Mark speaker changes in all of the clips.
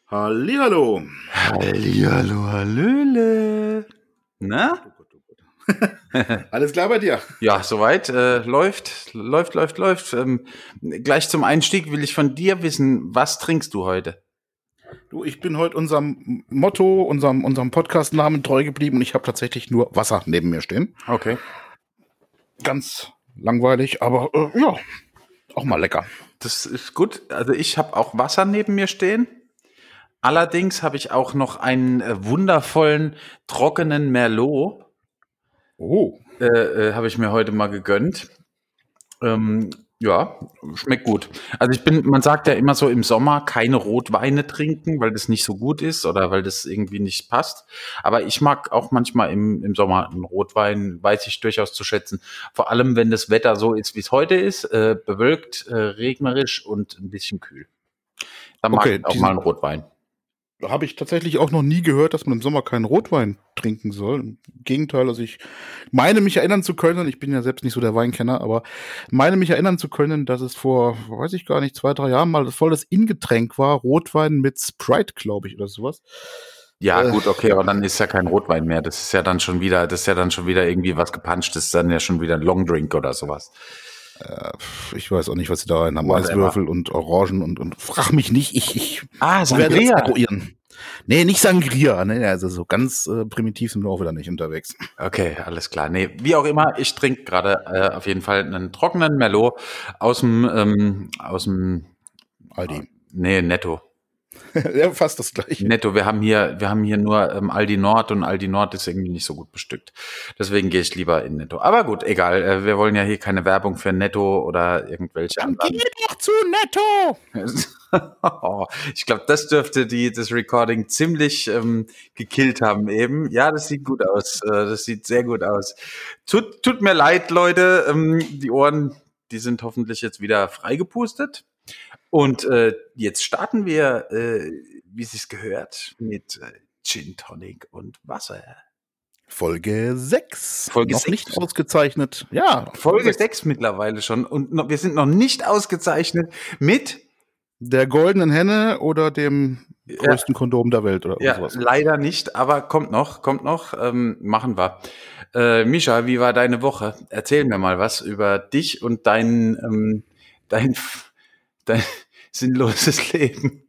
Speaker 1: Hallihallo.
Speaker 2: Hallihallo, hallöle. Na?
Speaker 1: Oh Gott, oh Gott. Alles klar bei dir?
Speaker 2: Ja, soweit. Läuft. Gleich zum Einstieg will ich von dir wissen, was trinkst du heute?
Speaker 1: Du, ich bin heute unserem Motto, unserem Podcast-Namen treu geblieben und ich habe tatsächlich nur Wasser neben mir stehen.
Speaker 2: Okay.
Speaker 1: Ganz langweilig, aber ja, auch mal lecker.
Speaker 2: Das ist gut. Also ich habe auch Wasser neben mir stehen. Allerdings habe ich auch noch einen wundervollen, trockenen Merlot.
Speaker 1: Oh.
Speaker 2: Habe ich mir heute mal gegönnt. Ja, schmeckt gut. Also man sagt ja immer so im Sommer keine Rotweine trinken, weil das nicht so gut ist oder weil das irgendwie nicht passt. Aber ich mag auch manchmal im Sommer einen Rotwein, weiß ich durchaus zu schätzen. Vor allem, wenn das Wetter so ist, wie es heute ist, bewölkt, regnerisch und ein bisschen kühl. Dann mag ich auch mal einen Rotwein.
Speaker 1: Habe ich tatsächlich auch noch nie gehört, dass man im Sommer keinen Rotwein trinken soll. Im Gegenteil, also ich meine mich erinnern zu können, ich bin ja selbst nicht so der Weinkenner, aber meine mich erinnern zu können, dass es vor, weiß ich gar nicht, 2-3 Jahren mal voll das In-Getränk war, Rotwein mit Sprite, glaube ich, oder sowas.
Speaker 2: Ja, gut, okay, aber dann ist ja kein Rotwein mehr. Das ist ja dann schon wieder irgendwie was gepanscht. Das ist dann ja schon wieder ein Longdrink oder sowas.
Speaker 1: Ich weiß auch nicht, was sie da rein haben. Eiswürfel und Orangen und frag mich nicht, ich werde das eruieren. Nee, nicht Sangria, ne, also so ganz primitiv sind wir auch wieder nicht unterwegs.
Speaker 2: Okay, alles klar. Nee, wie auch immer, ich trinke gerade auf jeden Fall einen trockenen Merlot aus dem
Speaker 1: Aldi.
Speaker 2: Nee, Netto.
Speaker 1: Ja, fast das gleiche.
Speaker 2: Netto, wir haben hier nur Aldi Nord und Aldi Nord ist irgendwie nicht so gut bestückt. Deswegen gehe ich lieber in Netto. Aber gut, egal. Wir wollen ja hier keine Werbung für Netto oder irgendwelche
Speaker 1: anderen. Geh doch zu Netto!
Speaker 2: Ich glaube, das dürfte das Recording ziemlich gekillt haben eben. Ja, das sieht gut aus. Das sieht sehr gut aus. Tut mir leid, Leute. Die Ohren, die sind hoffentlich jetzt wieder freigepustet. Und jetzt starten wir, wie es sich gehört, mit Gin Tonic und Wasser.
Speaker 1: Folge 6.
Speaker 2: Folge
Speaker 1: noch
Speaker 2: 6.
Speaker 1: Nicht ausgezeichnet. Ja.
Speaker 2: Folge 6 mittlerweile schon. Und wir sind noch nicht ausgezeichnet mit
Speaker 1: der goldenen Henne oder dem größten Kondom der Welt oder sowas.
Speaker 2: Leider nicht, aber kommt noch. Machen wir. Mischa, wie war deine Woche? Erzähl mir mal was über dich und dein sinnloses Leben.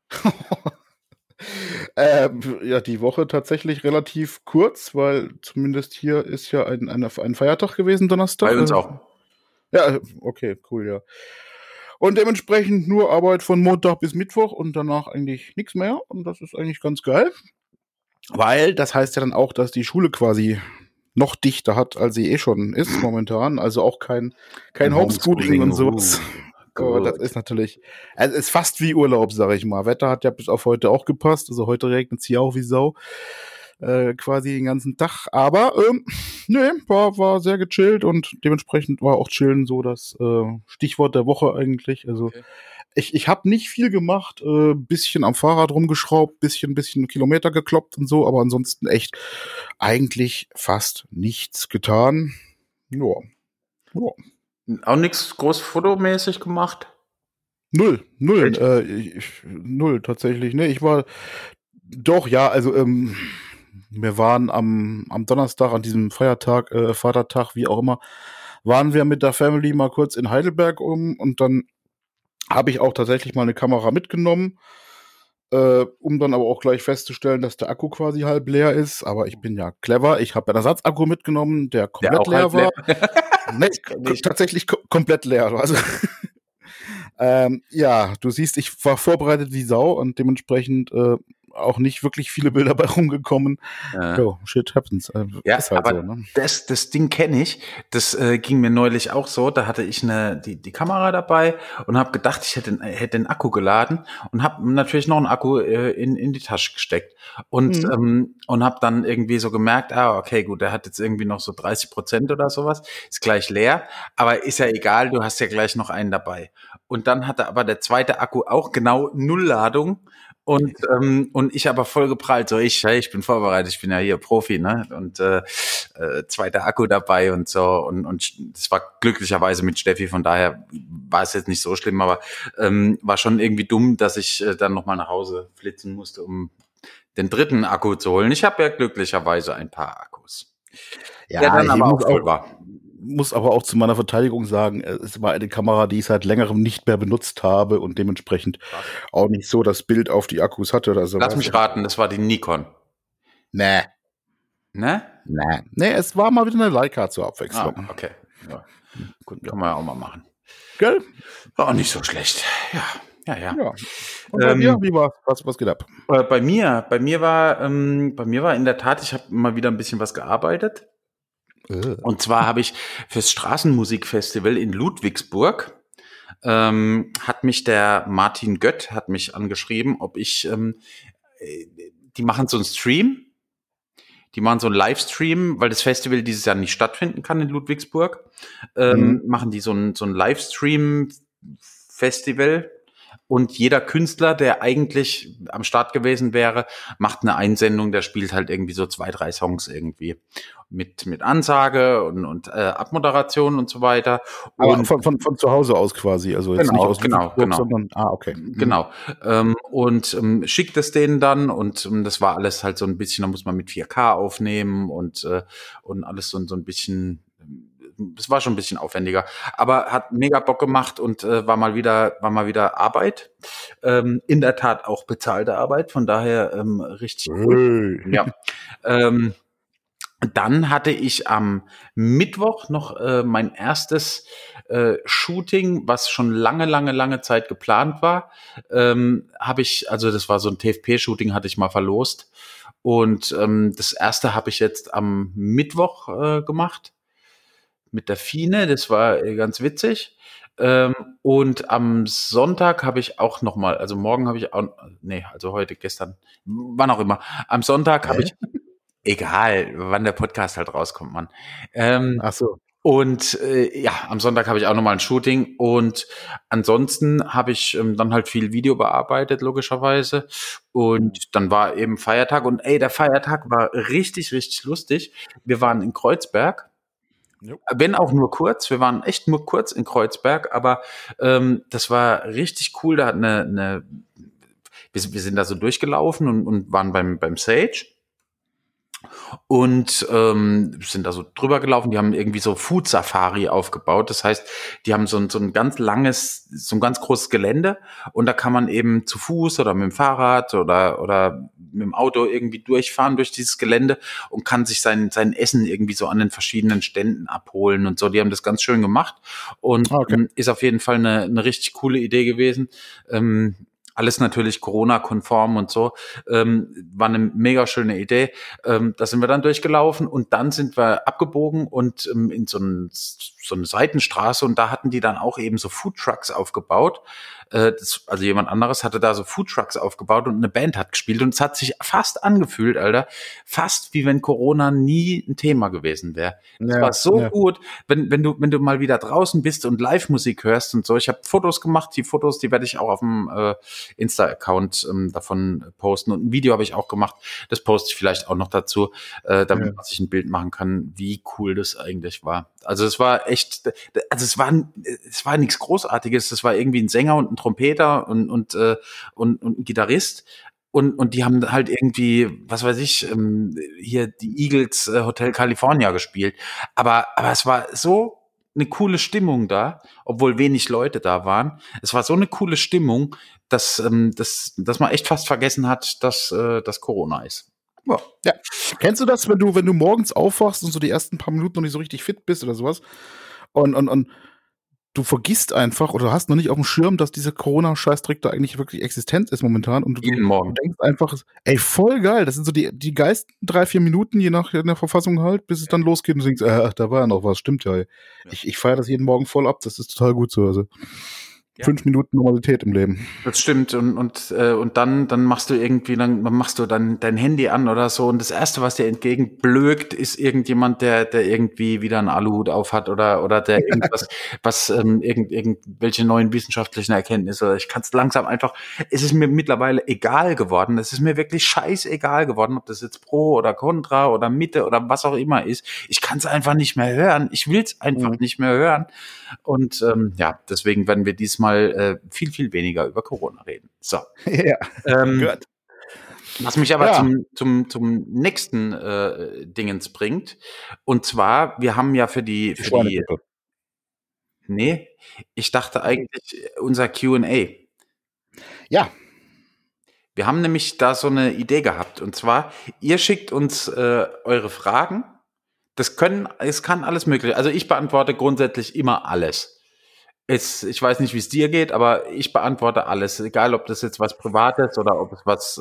Speaker 1: Ja, die Woche tatsächlich relativ kurz, weil zumindest hier ist ja ein Feiertag gewesen, Donnerstag.
Speaker 2: Bei uns auch.
Speaker 1: Ja, okay, cool, ja. Und dementsprechend nur Arbeit von Montag bis Mittwoch und danach eigentlich nichts mehr. Und das ist eigentlich ganz geil. Weil das heißt ja dann auch, dass die Schule quasi noch dichter hat, als sie schon ist momentan. Also auch kein Homeschooling und sowas. Oh, das ist natürlich, also es ist fast wie Urlaub, sag ich mal. Wetter hat ja bis auf heute auch gepasst. Also heute regnet es hier auch wie Sau. Quasi den ganzen Tag. Aber nee, war sehr gechillt und dementsprechend war auch Chillen so das Stichwort der Woche eigentlich. Also okay. Ich habe nicht viel gemacht, bisschen am Fahrrad rumgeschraubt, bisschen Kilometer gekloppt und so, aber ansonsten echt eigentlich fast nichts getan. Ja.
Speaker 2: Auch nichts groß fotomäßig gemacht?
Speaker 1: Null tatsächlich. Ne, ich war doch, ja, also wir waren am Donnerstag, an diesem Feiertag, Vatertag, wie auch immer, waren wir mit der Family mal kurz in Heidelberg und dann habe ich auch tatsächlich mal eine Kamera mitgenommen, um dann aber auch gleich festzustellen, dass der Akku quasi halb leer ist. Aber ich bin ja clever. Ich habe einen Ersatzakku mitgenommen, der komplett leer war. Nee, tatsächlich komplett leer. Also ja, du siehst, ich war vorbereitet wie Sau und dementsprechend auch nicht wirklich viele Bilder bei rumgekommen. Jo, shit happens.
Speaker 2: Ja, ist halt aber so, ne? Das Ding kenne ich. Das ging mir neulich auch so. Da hatte ich die Kamera dabei und habe gedacht, ich hätte den Akku geladen und habe natürlich noch einen Akku in die Tasche gesteckt und habe dann irgendwie so gemerkt, okay, gut, der hat jetzt irgendwie noch so 30% oder sowas, ist gleich leer, aber ist ja egal, du hast ja gleich noch einen dabei. Und dann hatte aber der zweite Akku auch genau 0 Ladung. Und ich aber voll geprallt, so ich bin vorbereitet, ich bin ja hier Profi, ne? Und zweiter Akku dabei und so. Und das war glücklicherweise mit Steffi, von daher war es jetzt nicht so schlimm, aber war schon irgendwie dumm, dass ich dann nochmal nach Hause flitzen musste, um den dritten Akku zu holen. Ich habe ja glücklicherweise ein paar Akkus.
Speaker 1: Ja,
Speaker 2: Der dann
Speaker 1: ich
Speaker 2: aber auch voll war.
Speaker 1: muss aber auch zu meiner Verteidigung sagen, es war eine Kamera, die ich seit längerem nicht mehr benutzt habe und dementsprechend auch nicht so das Bild auf die Akkus hatte oder so.
Speaker 2: Lass mich raten, das war die Nikon.
Speaker 1: Nee.
Speaker 2: Ne?
Speaker 1: Nee, es war mal wieder eine Leica zur Abwechslung.
Speaker 2: Ah, okay. Ja. Gut, kann man ja auch mal machen.
Speaker 1: Gell?
Speaker 2: War auch nicht so schlecht. Ja.
Speaker 1: Und bei dir, wie war was geht ab?
Speaker 2: Bei mir war in der Tat, ich habe mal wieder ein bisschen was gearbeitet. Und zwar habe ich fürs Straßenmusikfestival in Ludwigsburg hat mich der Martin Gött hat mich angeschrieben, ob ich die machen so einen Stream. Die machen so einen Livestream, weil das Festival dieses Jahr nicht stattfinden kann in Ludwigsburg. Machen die so ein Livestream-Festival. Und jeder Künstler, der eigentlich am Start gewesen wäre, macht eine Einsendung, der spielt halt irgendwie so 2, 3 Songs irgendwie. Mit Ansage und Abmoderation und so weiter. Und
Speaker 1: aber von zu Hause aus quasi, also jetzt nicht aus
Speaker 2: genau.
Speaker 1: sondern, okay.
Speaker 2: Genau. Und schickt es denen dann und das war alles halt so ein bisschen, da muss man mit 4K aufnehmen und alles so ein bisschen, es war schon ein bisschen aufwendiger, aber hat mega Bock gemacht und war mal wieder Arbeit. In der Tat auch bezahlte Arbeit, von daher richtig cool.
Speaker 1: Hey.
Speaker 2: Ja. Dann hatte ich am Mittwoch noch mein erstes Shooting, was schon lange Zeit geplant war. Also das war so ein TFP-Shooting, hatte ich mal verlost. Und das erste habe ich jetzt am Mittwoch gemacht mit der Fine. Das war ganz witzig. Und am Sonntag habe ich auch noch mal, also morgen habe ich auch, also heute, gestern, wann auch immer. Am Sonntag habe ich egal, wann der Podcast halt rauskommt, Mann.
Speaker 1: Ach so.
Speaker 2: Und am Sonntag habe ich auch nochmal ein Shooting und ansonsten habe ich dann halt viel Video bearbeitet, logischerweise. Und dann war eben Feiertag und der Feiertag war richtig, richtig lustig. Wir waren in Kreuzberg.
Speaker 1: Jo.
Speaker 2: Wenn auch nur kurz, wir waren echt nur kurz in Kreuzberg, aber das war richtig cool. Da hat wir sind da so durchgelaufen und waren beim Sage. Und sind da so drüber gelaufen, die haben irgendwie so Food Safari aufgebaut. Das heißt, die haben so ein ganz großes Gelände und da kann man eben zu Fuß oder mit dem Fahrrad oder mit dem Auto irgendwie durchfahren durch dieses Gelände und kann sich sein Essen irgendwie so an den verschiedenen Ständen abholen und so. Die haben das ganz schön gemacht und ist auf jeden Fall eine richtig coole Idee gewesen. Alles natürlich Corona-konform und so. War eine mega schöne Idee. Da sind wir dann durchgelaufen und dann sind wir abgebogen und in so eine Seitenstraße und da hatten die dann auch eben so Foodtrucks aufgebaut. Also jemand anderes hatte da so Foodtrucks aufgebaut und eine Band hat gespielt und es hat sich fast angefühlt, Alter, fast wie wenn Corona nie ein Thema gewesen wäre. Es war so gut, wenn du mal wieder draußen bist und Live-Musik hörst und so. Ich habe Fotos gemacht, die werde ich auch auf dem Insta-Account davon posten und ein Video habe ich auch gemacht. Das poste ich vielleicht auch noch dazu, damit man sich ein Bild machen kann, wie cool das eigentlich war. Also es war echt, es war nichts Großartiges. Es war irgendwie ein Sänger und ein Trompeter und ein Gitarrist. Und die haben halt irgendwie, was weiß ich, hier die Eagles Hotel California gespielt. Aber es war so eine coole Stimmung da, obwohl wenig Leute da waren. Es war so eine coole Stimmung, dass man echt fast vergessen hat, dass Corona ist.
Speaker 1: Ja. Kennst du das, wenn du morgens aufwachst und so die ersten paar Minuten noch nicht so richtig fit bist oder sowas und du vergisst einfach oder hast noch nicht auf dem Schirm, dass dieser Corona-Scheißdreck da eigentlich wirklich existent ist momentan und du denkst einfach, ey, voll geil, das sind so die geilsten 3, 4 Minuten, je nach der Verfassung halt, bis es dann losgeht und du denkst, da war ja noch was, stimmt ja. Ich feiere das jeden Morgen voll ab, das ist total gut so. Also. 5 Minuten Normalität im Leben.
Speaker 2: Das stimmt. Und dann machst du irgendwie, dann machst du dann dein Handy an oder so. Und das Erste, was dir entgegenblökt, ist irgendjemand, der irgendwie wieder einen Aluhut auf hat oder der irgendwas, irgendwelche neuen wissenschaftlichen Erkenntnisse. Ich kann es langsam einfach, es ist mir mittlerweile egal geworden. Es ist mir wirklich scheißegal geworden, ob das jetzt Pro oder Contra oder Mitte oder was auch immer ist. Ich kann es einfach nicht mehr hören. Ich will es einfach nicht mehr hören. Und deswegen werden wir diesmal viel, viel weniger über Corona reden. So.
Speaker 1: Ja,
Speaker 2: gut. Was mich aber zum nächsten Dingens bringt. Und zwar, wir haben ja für die Nee, ich dachte eigentlich unser Q&A.
Speaker 1: Ja.
Speaker 2: Wir haben nämlich da so eine Idee gehabt. Und zwar, ihr schickt uns eure Fragen. Es kann alles mögliche. Also ich beantworte grundsätzlich immer alles. Ich weiß nicht, wie es dir geht, aber ich beantworte alles. Egal, ob das jetzt was Privates oder ob es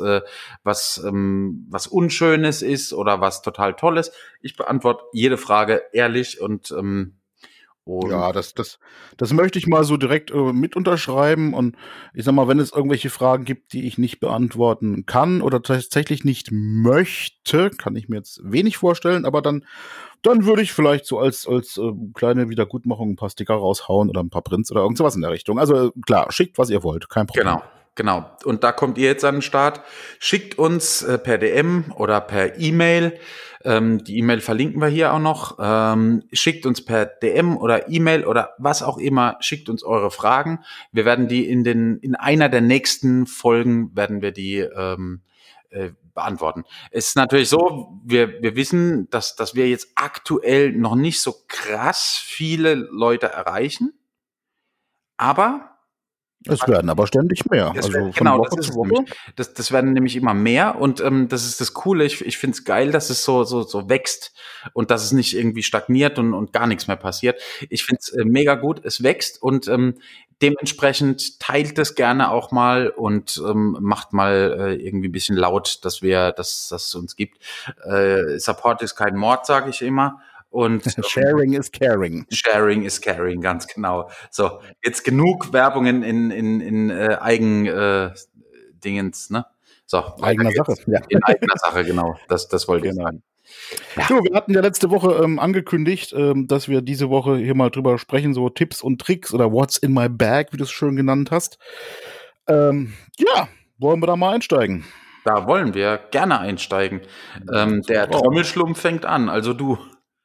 Speaker 2: was Unschönes ist oder was total Tolles. Ich beantworte jede Frage ehrlich und
Speaker 1: ja, das möchte ich mal so direkt mit unterschreiben. Und ich sag mal, wenn es irgendwelche Fragen gibt, die ich nicht beantworten kann oder tatsächlich nicht möchte, kann ich mir jetzt wenig vorstellen, aber dann würde ich vielleicht so als kleine Wiedergutmachung ein paar Sticker raushauen oder ein paar Prints oder irgend sowas in der Richtung. Also klar, schickt, was ihr wollt, kein Problem.
Speaker 2: Genau. Und da kommt ihr jetzt an den Start. Schickt uns per DM oder per E-Mail. Die E-Mail verlinken wir hier auch noch. Schickt uns per DM oder E-Mail oder was auch immer. Schickt uns eure Fragen. Wir werden die in einer der nächsten Folgen werden wir die beantworten. Es ist natürlich so, wir wissen, dass wir jetzt aktuell noch nicht so krass viele Leute erreichen. Aber
Speaker 1: es werden aber ständig mehr.
Speaker 2: Das werden nämlich immer mehr und das ist das Coole. Ich finde es geil, dass es so wächst und dass es nicht irgendwie stagniert und gar nichts mehr passiert. Ich finde es mega gut, es wächst und dementsprechend teilt es gerne auch mal und macht mal irgendwie ein bisschen laut, dass es uns gibt. Support ist kein Mord, sage ich immer. Und
Speaker 1: Sharing is caring.
Speaker 2: Sharing is caring, ganz genau. So, jetzt genug Werbung in Eigen-Dingens, ne? So,
Speaker 1: eigener Sache.
Speaker 2: Ja. In eigener Sache, genau. Das wollte ich sagen.
Speaker 1: Ja. So, wir hatten ja letzte Woche angekündigt, dass wir diese Woche hier mal drüber sprechen, so Tipps und Tricks oder What's in my bag, wie du es schön genannt hast. Wollen wir da mal einsteigen?
Speaker 2: Da wollen wir gerne einsteigen. Der Trommelschlumpf fängt an, also du.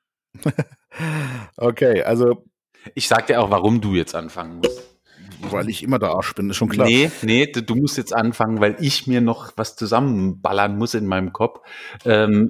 Speaker 1: Okay, also.
Speaker 2: Ich sag dir auch, warum du jetzt anfangen musst.
Speaker 1: Weil ich immer der Arsch bin, ist schon klar.
Speaker 2: Nee, du musst jetzt anfangen, weil ich mir noch was zusammenballern muss in meinem Kopf. Ich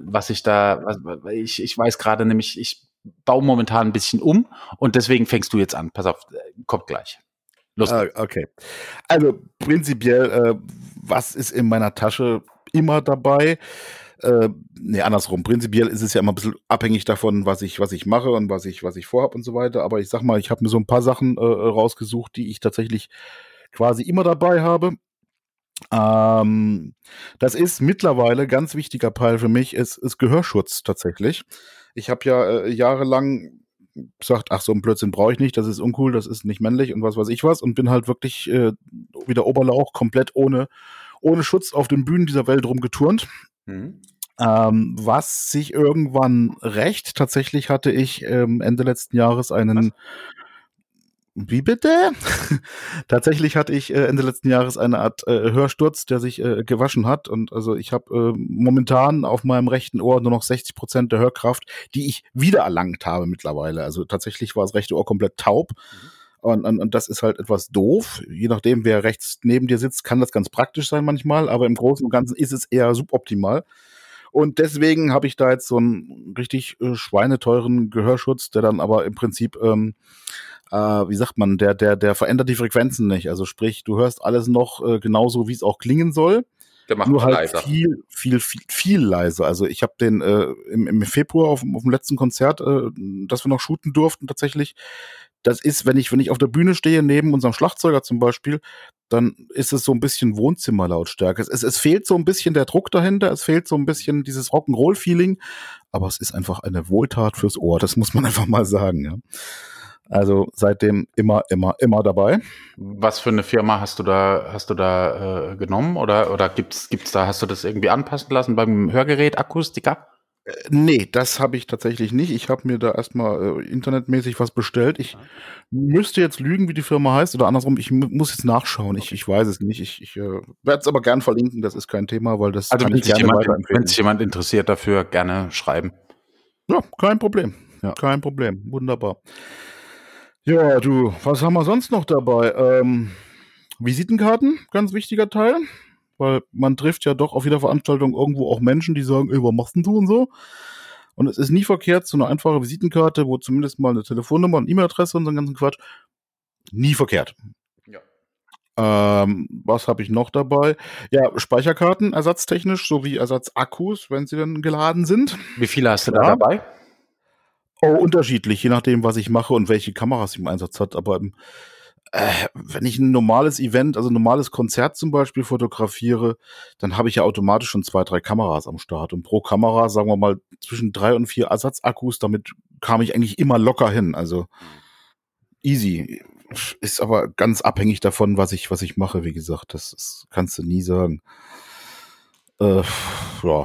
Speaker 2: weiß gerade nämlich, ich baue momentan ein bisschen um und deswegen fängst du jetzt an. Pass auf, kommt gleich. Los.
Speaker 1: Okay. Also prinzipiell, was ist in meiner Tasche immer dabei? Andersrum. Prinzipiell ist es ja immer ein bisschen abhängig davon, was ich mache und was ich vorhabe und so weiter. Aber ich sag mal, ich habe mir so ein paar Sachen rausgesucht, die ich tatsächlich quasi immer dabei habe. Das ist mittlerweile ganz wichtiger Teil für mich, ist Gehörschutz tatsächlich. Ich habe ja jahrelang gesagt, ach, so ein Blödsinn brauche ich nicht, das ist uncool, das ist nicht männlich und was weiß ich was und bin halt wirklich wie der Oberlauch komplett ohne Schutz auf den Bühnen dieser Welt rumgeturnt. Was sich irgendwann rächt. Tatsächlich hatte ich Ende letzten Jahres einen. Wie bitte? Tatsächlich hatte ich Ende letzten Jahres eine Art Hörsturz, der sich gewaschen hat. Und also ich habe momentan auf meinem rechten Ohr nur noch 60% der Hörkraft, die ich wiedererlangt habe mittlerweile. Also tatsächlich war das rechte Ohr komplett taub. Und das ist halt etwas doof. Je nachdem, wer rechts neben dir sitzt, kann das ganz praktisch sein manchmal. Aber im Großen und Ganzen ist es eher suboptimal. Und deswegen habe ich da jetzt so einen richtig schweineteuren Gehörschutz, der dann aber im Prinzip, wie sagt man, der verändert die Frequenzen nicht. Also sprich, du hörst alles noch genauso, wie es auch klingen soll.
Speaker 2: Der macht
Speaker 1: nur halt
Speaker 2: leiser.
Speaker 1: viel leiser. Also ich habe den im Februar auf dem letzten Konzert, das wir noch shooten durften tatsächlich. Das ist, wenn ich auf der Bühne stehe, neben unserem Schlagzeuger zum Beispiel, dann ist es so ein bisschen Wohnzimmerlautstärke. Es fehlt so ein bisschen der Druck dahinter, es fehlt so ein bisschen dieses Rock'n'Roll-Feeling, aber es ist einfach eine Wohltat fürs Ohr, das muss man einfach mal sagen, ja. Also seitdem immer dabei.
Speaker 2: Was für eine Firma hast du da genommen oder gibt's da, hast du das irgendwie anpassen lassen beim Hörgerät Akustiker?
Speaker 1: Nee, das habe ich tatsächlich nicht. Ich habe mir da erstmal internetmäßig was bestellt. Ich müsste jetzt lügen, wie die Firma heißt, oder andersrum, ich muss jetzt nachschauen. Ich weiß es nicht. Ich werde es aber gern verlinken, das ist kein Thema, weil das
Speaker 2: Also
Speaker 1: kann ich
Speaker 2: wenn
Speaker 1: gerne weiterempfehlen.
Speaker 2: sich jemand interessiert dafür, gerne schreiben.
Speaker 1: Ja, kein Problem.
Speaker 2: Ja.
Speaker 1: Kein Problem. Wunderbar. Ja, du, was haben wir sonst noch dabei? Visitenkarten, ganz wichtiger Teil, weil man trifft ja doch auf jeder Veranstaltung irgendwo auch Menschen, die sagen, ey, was machst denn du und so? Und es ist nie verkehrt, so eine einfache Visitenkarte, wo zumindest mal eine Telefonnummer und E-Mail-Adresse und so einen ganzen Quatsch, nie verkehrt.
Speaker 2: Ja.
Speaker 1: Was habe ich noch dabei? Ja, Speicherkarten ersatztechnisch, sowie Ersatzakkus, wenn sie dann geladen sind.
Speaker 2: Wie viele hast du da
Speaker 1: Klar.
Speaker 2: dabei?
Speaker 1: Oh, unterschiedlich, je nachdem, was ich mache und welche Kameras ich im Einsatz hat. Aber wenn ich ein normales Event, also ein normales Konzert zum Beispiel fotografiere, dann habe ich ja automatisch schon 2, 3 Kameras am Start. Und pro Kamera, sagen wir mal, zwischen 3 und 4 Ersatzakkus, damit kam ich eigentlich immer locker hin. Also easy. Ist aber ganz abhängig davon, was ich mache, wie gesagt. Das kannst du nie sagen. Ja.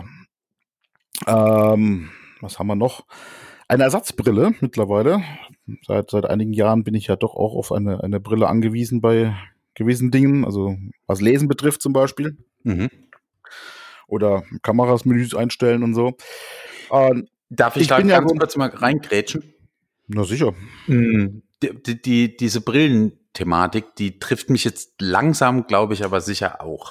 Speaker 1: Was haben wir noch? Eine Ersatzbrille mittlerweile. Seit einigen Jahren bin ich ja doch auch auf eine Brille angewiesen bei gewissen Dingen, also was Lesen betrifft zum Beispiel.
Speaker 2: Mhm.
Speaker 1: Oder Kameras, Menüs einstellen und so.
Speaker 2: Darf ich da
Speaker 1: bin ja
Speaker 2: ganz
Speaker 1: so-
Speaker 2: kurz mal reingrätschen?
Speaker 1: Na sicher.
Speaker 2: Diese Brillenthematik, die trifft mich jetzt langsam, glaube ich, aber sicher auch.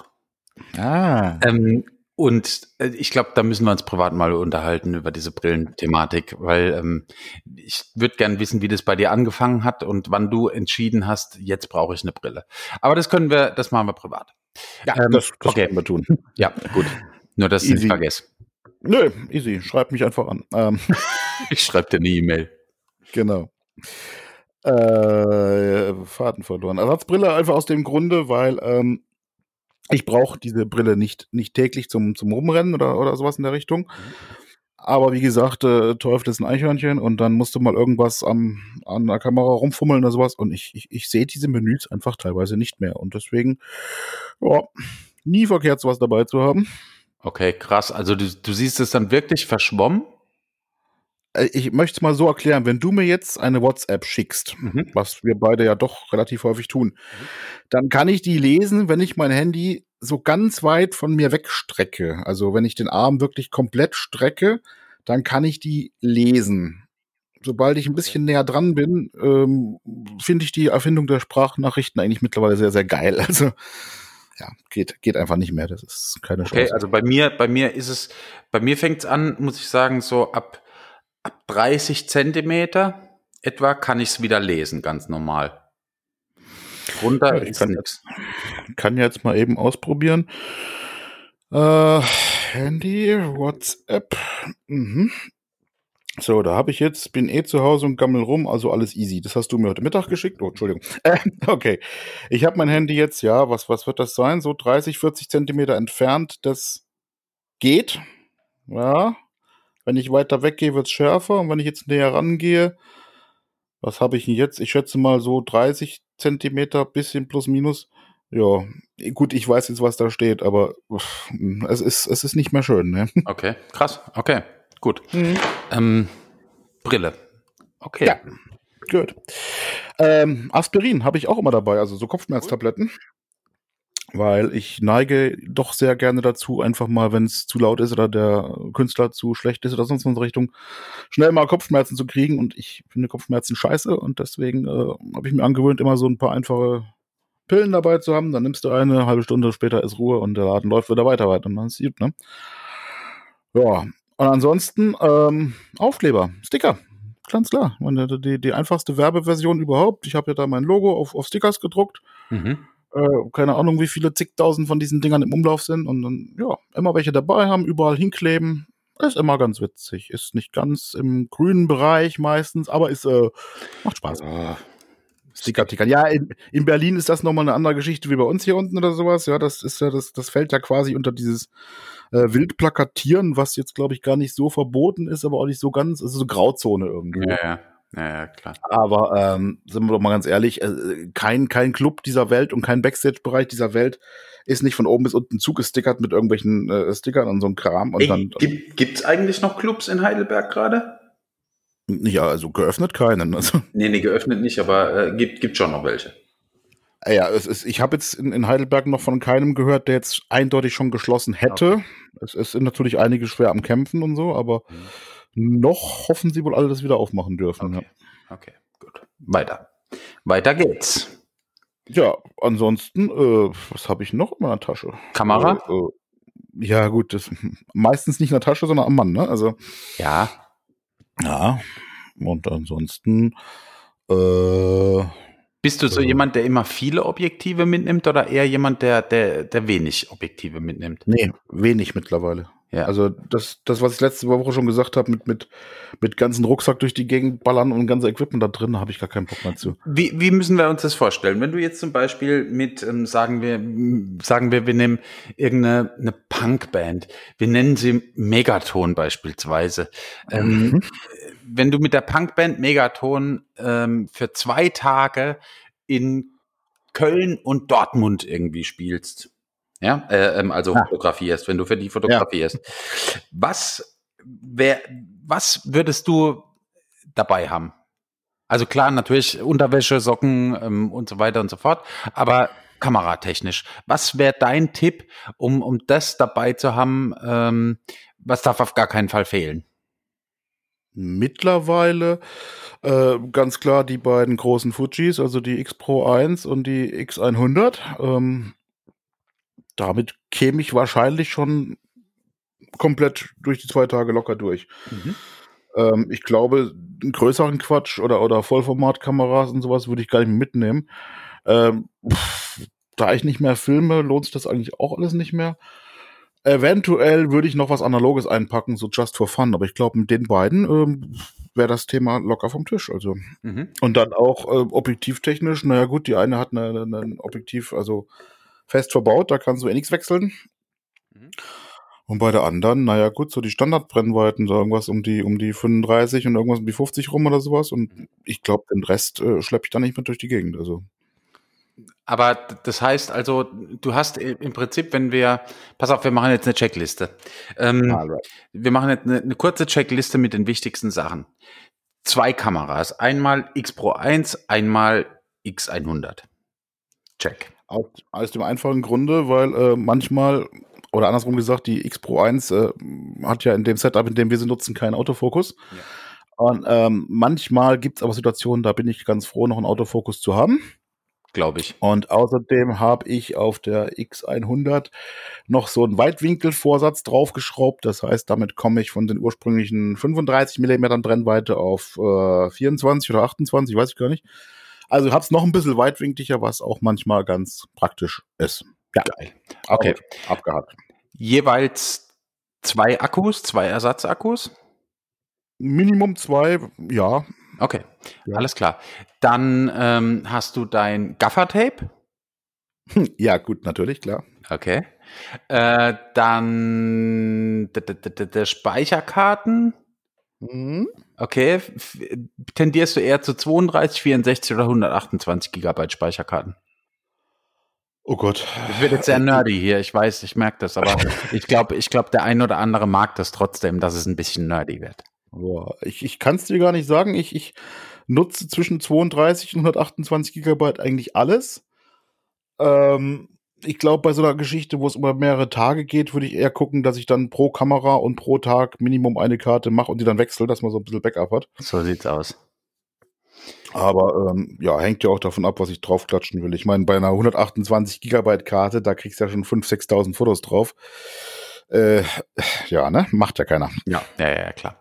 Speaker 2: Und ich glaube, da müssen wir uns privat mal unterhalten über diese Brillenthematik, weil ich würde gern wissen, wie das bei dir angefangen hat und wann du entschieden hast, jetzt brauche ich eine Brille. Aber das machen wir privat.
Speaker 1: Ja, das
Speaker 2: okay.
Speaker 1: können wir tun.
Speaker 2: Ja, gut. Nur, dass ich
Speaker 1: Easy.
Speaker 2: nicht vergesse.
Speaker 1: Nö, easy. Schreib mich einfach an.
Speaker 2: Ich schreibe dir eine E-Mail.
Speaker 1: Genau. Faden verloren. Ersatzbrille einfach aus dem Grunde, weil ich brauche diese Brille nicht täglich zum Rumrennen oder sowas in der Richtung. Aber wie gesagt, Teufel ist ein Eichhörnchen und dann musst du mal irgendwas an der Kamera rumfummeln oder sowas. Und ich sehe diese Menüs einfach teilweise nicht mehr. Und deswegen, ja, nie verkehrt, sowas dabei zu haben.
Speaker 2: Okay, krass. Also du siehst es dann wirklich verschwommen?
Speaker 1: Ich möchte es mal so erklären, wenn du mir jetzt eine WhatsApp schickst, was wir beide ja doch relativ häufig tun, dann kann ich die lesen, wenn ich mein Handy so ganz weit von mir wegstrecke. Also wenn ich den Arm wirklich komplett strecke, dann kann ich die lesen. Sobald ich ein bisschen näher dran bin, finde ich die Erfindung der Sprachnachrichten eigentlich mittlerweile sehr, sehr geil. Also ja, geht einfach nicht mehr. Das ist keine Chance.
Speaker 2: Okay, also bei mir ist es, bei mir fängt es an, muss ich sagen, so ab 30 Zentimeter etwa kann ich es wieder lesen, ganz normal. Runter ist nichts.
Speaker 1: Kann jetzt mal eben ausprobieren. Handy, WhatsApp. So, da habe ich jetzt, bin zu Hause und gammel rum, also alles easy. Das hast du mir heute Mittag geschickt? Oh, Entschuldigung. Okay. Ich habe mein Handy jetzt, ja, was wird das sein? So 30, 40 Zentimeter entfernt. Das geht. Ja. Wenn ich weiter weggehe, wird's schärfer. Und wenn ich jetzt näher rangehe, was habe ich denn jetzt? Ich schätze mal so 30 Zentimeter, bisschen plus minus. Ja, gut, ich weiß jetzt, was da steht, aber es ist nicht mehr schön, ne?
Speaker 2: Okay, krass. Okay, gut. Brille. Okay.
Speaker 1: Ja, gut. Aspirin habe ich auch immer dabei, also so Kopfschmerztabletten. Weil ich neige doch sehr gerne dazu, einfach mal, wenn es zu laut ist oder der Künstler zu schlecht ist oder sonst was in Richtung, schnell mal Kopfschmerzen zu kriegen. Und ich finde Kopfschmerzen scheiße und deswegen habe ich mir angewöhnt, immer so ein paar einfache Pillen dabei zu haben. Dann nimmst du eine halbe Stunde später ist Ruhe und der Laden läuft wieder weiter und dann ist gut, ne? Ja, und ansonsten Aufkleber, Sticker. Ganz klar. Die einfachste Werbeversion überhaupt. Ich habe ja da mein Logo auf Stickers gedruckt. Keine Ahnung, wie viele zigtausend von diesen Dingern im Umlauf sind und dann, ja, immer welche dabei haben, überall hinkleben. Ist immer ganz witzig. Ist nicht ganz im grünen Bereich meistens, aber macht Spaß. Sticker. Ja, in Berlin ist das nochmal eine andere Geschichte wie bei uns hier unten oder sowas. Ja, das ist ja, das fällt ja quasi unter dieses Wildplakatieren, was jetzt, glaube ich, gar nicht so verboten ist, aber auch nicht so ganz, also so Grauzone irgendwie.
Speaker 2: Ja. Ja, klar.
Speaker 1: Aber sind wir doch mal ganz ehrlich, kein Club dieser Welt und kein Backstage-Bereich dieser Welt ist nicht von oben bis unten zugestickert mit irgendwelchen Stickern und so einem Kram. Und dann
Speaker 2: Gibt's eigentlich noch Clubs in Heidelberg gerade?
Speaker 1: ja, also geöffnet keinen. Also,
Speaker 2: Nee, geöffnet nicht, aber gibt schon noch welche.
Speaker 1: ja, ich habe jetzt in Heidelberg noch von keinem gehört, der jetzt eindeutig schon geschlossen hätte. Es sind natürlich einige schwer am Kämpfen und so, aber noch hoffen sie wohl alle, dass wieder aufmachen dürfen.
Speaker 2: Okay. Okay, gut. Weiter geht's.
Speaker 1: Ja, ansonsten, was habe ich noch in meiner Tasche?
Speaker 2: Kamera?
Speaker 1: Ja, gut, das meistens nicht in der Tasche, sondern am Mann, ne? Also,
Speaker 2: Ja.
Speaker 1: ja. Und ansonsten, äh,
Speaker 2: Bist du so jemand, der immer viele Objektive mitnimmt oder eher jemand, der wenig Objektive mitnimmt?
Speaker 1: nee, wenig mittlerweile.
Speaker 2: Ja.
Speaker 1: Also das, was ich letzte Woche schon gesagt habe, mit ganzen Rucksack durch die Gegend ballern und ganze Equipment da drin, habe ich gar keinen Bock mehr zu.
Speaker 2: Wie müssen wir uns das vorstellen? Wenn du jetzt zum Beispiel mit, sagen wir, wir nehmen irgendeine Punkband, wir nennen sie Megaton beispielsweise. Wenn du mit der Punkband Megaton für 2 Tage in Köln und Dortmund irgendwie spielst, ja, fotografierst, wenn du für die fotografierst, was würdest du dabei haben? Also klar, natürlich Unterwäsche, Socken und so weiter und so fort, aber kameratechnisch, was wäre dein Tipp, um das dabei zu haben, was darf auf gar keinen Fall fehlen?
Speaker 1: Mittlerweile ganz klar die beiden großen Fujis, also die X Pro 1 und die X100. Damit käme ich wahrscheinlich schon komplett durch die 2 Tage locker durch. Ich glaube, einen größeren Quatsch oder Vollformatkameras und sowas würde ich gar nicht mehr mitnehmen. Da ich nicht mehr filme, lohnt sich das eigentlich auch alles nicht mehr. Eventuell würde ich noch was Analoges einpacken, so just for fun, aber ich glaube, mit den beiden wäre das Thema locker vom Tisch. Also. Und dann auch objektivtechnisch, naja gut, die eine hat ein Objektiv, also fest verbaut, da kannst du nichts wechseln. Und bei der anderen, naja gut, so die Standardbrennweiten, so irgendwas um die 35 und irgendwas um die 50 rum oder sowas. Und ich glaube, den Rest schleppe ich da nicht mit durch die Gegend. Also.
Speaker 2: Aber das heißt also, du hast im Prinzip, pass auf, wir machen jetzt eine Checkliste. Wir machen jetzt eine kurze Checkliste mit den wichtigsten Sachen. 2 Kameras, einmal X Pro 1, einmal X100. Check.
Speaker 1: Aus dem einfachen Grunde, weil manchmal, oder andersrum gesagt, die X Pro 1 hat ja in dem Setup, in dem wir sie nutzen, keinen Autofokus. Ja. Und manchmal gibt es aber Situationen, da bin ich ganz froh, noch einen Autofokus zu haben.
Speaker 2: Glaube ich.
Speaker 1: Und außerdem habe ich auf der X100 noch so einen Weitwinkelvorsatz draufgeschraubt. Das heißt, damit komme ich von den ursprünglichen 35 mm Brennweite auf 24 oder 28, weiß ich gar nicht. Also habe es noch ein bisschen weitwinkliger, was auch manchmal ganz praktisch ist. Ja.
Speaker 2: Geil. Okay.
Speaker 1: Gut, abgehakt.
Speaker 2: Jeweils 2 Akkus, 2 Ersatzakkus?
Speaker 1: Minimum 2, ja.
Speaker 2: Okay, ja. Alles klar. Dann hast du dein Gaffertape?
Speaker 1: Ja, gut, natürlich, klar.
Speaker 2: Okay. Dann der Speicherkarten? Okay. Tendierst du eher zu 32, 64 oder 128 Gigabyte Speicherkarten?
Speaker 1: Oh Gott.
Speaker 2: Das wird jetzt sehr nerdy hier, ich weiß, ich merke das, aber ich glaube, der ein oder andere mag das trotzdem, dass es ein bisschen nerdy wird.
Speaker 1: Boah, ich kann es dir gar nicht sagen. Ich nutze zwischen 32 und 128 Gigabyte eigentlich alles. Ich glaube, bei so einer Geschichte, wo es über mehrere Tage geht, würde ich eher gucken, dass ich dann pro Kamera und pro Tag Minimum eine Karte mache und die dann wechsle, dass man so ein bisschen Backup hat.
Speaker 2: So sieht's aus.
Speaker 1: Aber ja, hängt ja auch davon ab, was ich draufklatschen will. Ich meine, bei einer 128 Gigabyte Karte, da kriegst du ja schon 5.000, 6.000 Fotos drauf. Ja, ne? Macht ja keiner.
Speaker 2: Ja, klar.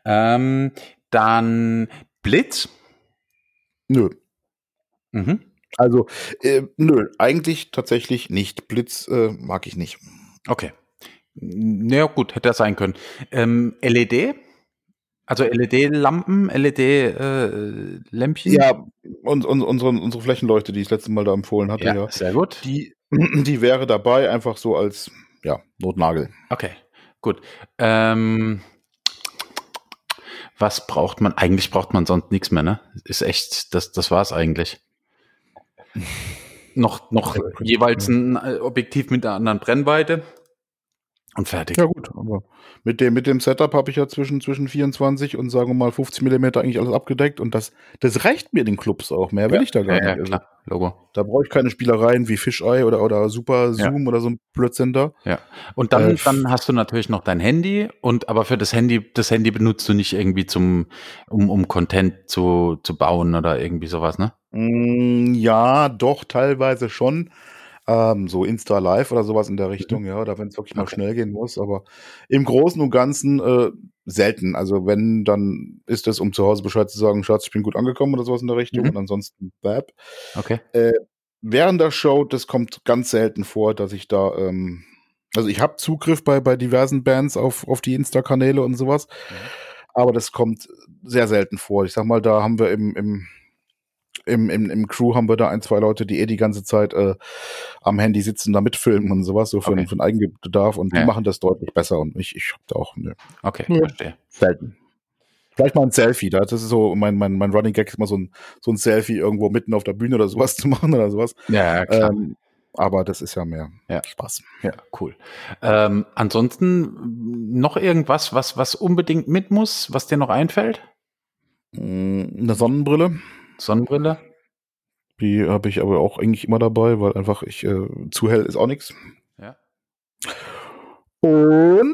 Speaker 2: Dann Blitz?
Speaker 1: Nö. Also, nö, eigentlich tatsächlich nicht. Blitz mag ich nicht.
Speaker 2: Okay. Naja, gut, hätte das sein können. LED? Also LED-Lampen, LED-Lämpchen?
Speaker 1: Ja, unsere Flächenleuchte, die ich das letzte Mal da empfohlen hatte, ja.
Speaker 2: Sehr gut.
Speaker 1: Die wäre dabei, einfach so als Notnagel.
Speaker 2: Okay, gut. Was braucht man? Eigentlich braucht man sonst nichts mehr, ne? Ist echt, das war's eigentlich. Noch
Speaker 1: Ja,
Speaker 2: jeweils ein Objektiv mit einer anderen Brennweite und fertig.
Speaker 1: ja gut, aber mit dem Setup habe ich ja zwischen 24 und sagen wir mal 50 Millimeter eigentlich alles abgedeckt und das reicht mir in den Clubs auch. Mehr will ich da gar
Speaker 2: Ja,
Speaker 1: nicht. Also,
Speaker 2: klar, Logo.
Speaker 1: da brauche ich keine Spielereien wie Fisheye oder Super
Speaker 2: Ja.
Speaker 1: Zoom oder so ein Blödsinn da.
Speaker 2: Ja. Und dann hast du natürlich noch dein Handy aber für das Handy benutzt du nicht irgendwie um Content zu bauen oder irgendwie sowas, ne?
Speaker 1: Ja, doch, teilweise schon. So Insta Live oder sowas in der Richtung, ja, oder wenn es wirklich mal
Speaker 2: Okay.
Speaker 1: schnell gehen muss, aber im Großen und Ganzen selten. Also wenn, dann ist es, um zu Hause Bescheid zu sagen, Schatz, ich bin gut angekommen oder sowas in der Richtung und ansonsten bab.
Speaker 2: Okay.
Speaker 1: Während der Show, das kommt ganz selten vor, dass ich da, also ich habe Zugriff bei diversen Bands auf die Insta-Kanäle und sowas, aber das kommt sehr selten vor. Ich sag mal, da haben wir im Crew haben wir da ein, zwei Leute, die die ganze Zeit am Handy sitzen, da mitfilmen und sowas, so für
Speaker 2: Okay.
Speaker 1: den Eigenbedarf und die
Speaker 2: Ja.
Speaker 1: machen das deutlich besser und ich hab da auch, ne,
Speaker 2: Okay,
Speaker 1: Nö.
Speaker 2: verstehe.
Speaker 1: selten. Vielleicht mal ein Selfie, das ist so mein Running Gag, ist mal so ein Selfie irgendwo mitten auf der Bühne oder sowas zu machen oder sowas.
Speaker 2: Ja, klar.
Speaker 1: Aber das ist ja mehr
Speaker 2: Ja.
Speaker 1: Spaß.
Speaker 2: Ja, cool. Ansonsten noch irgendwas, was unbedingt mit muss, was dir noch einfällt?
Speaker 1: Eine Sonnenbrille,
Speaker 2: Sonnenbrille?
Speaker 1: die habe ich aber auch eigentlich immer dabei, weil einfach zu hell ist auch nichts.
Speaker 2: Ja.
Speaker 1: Und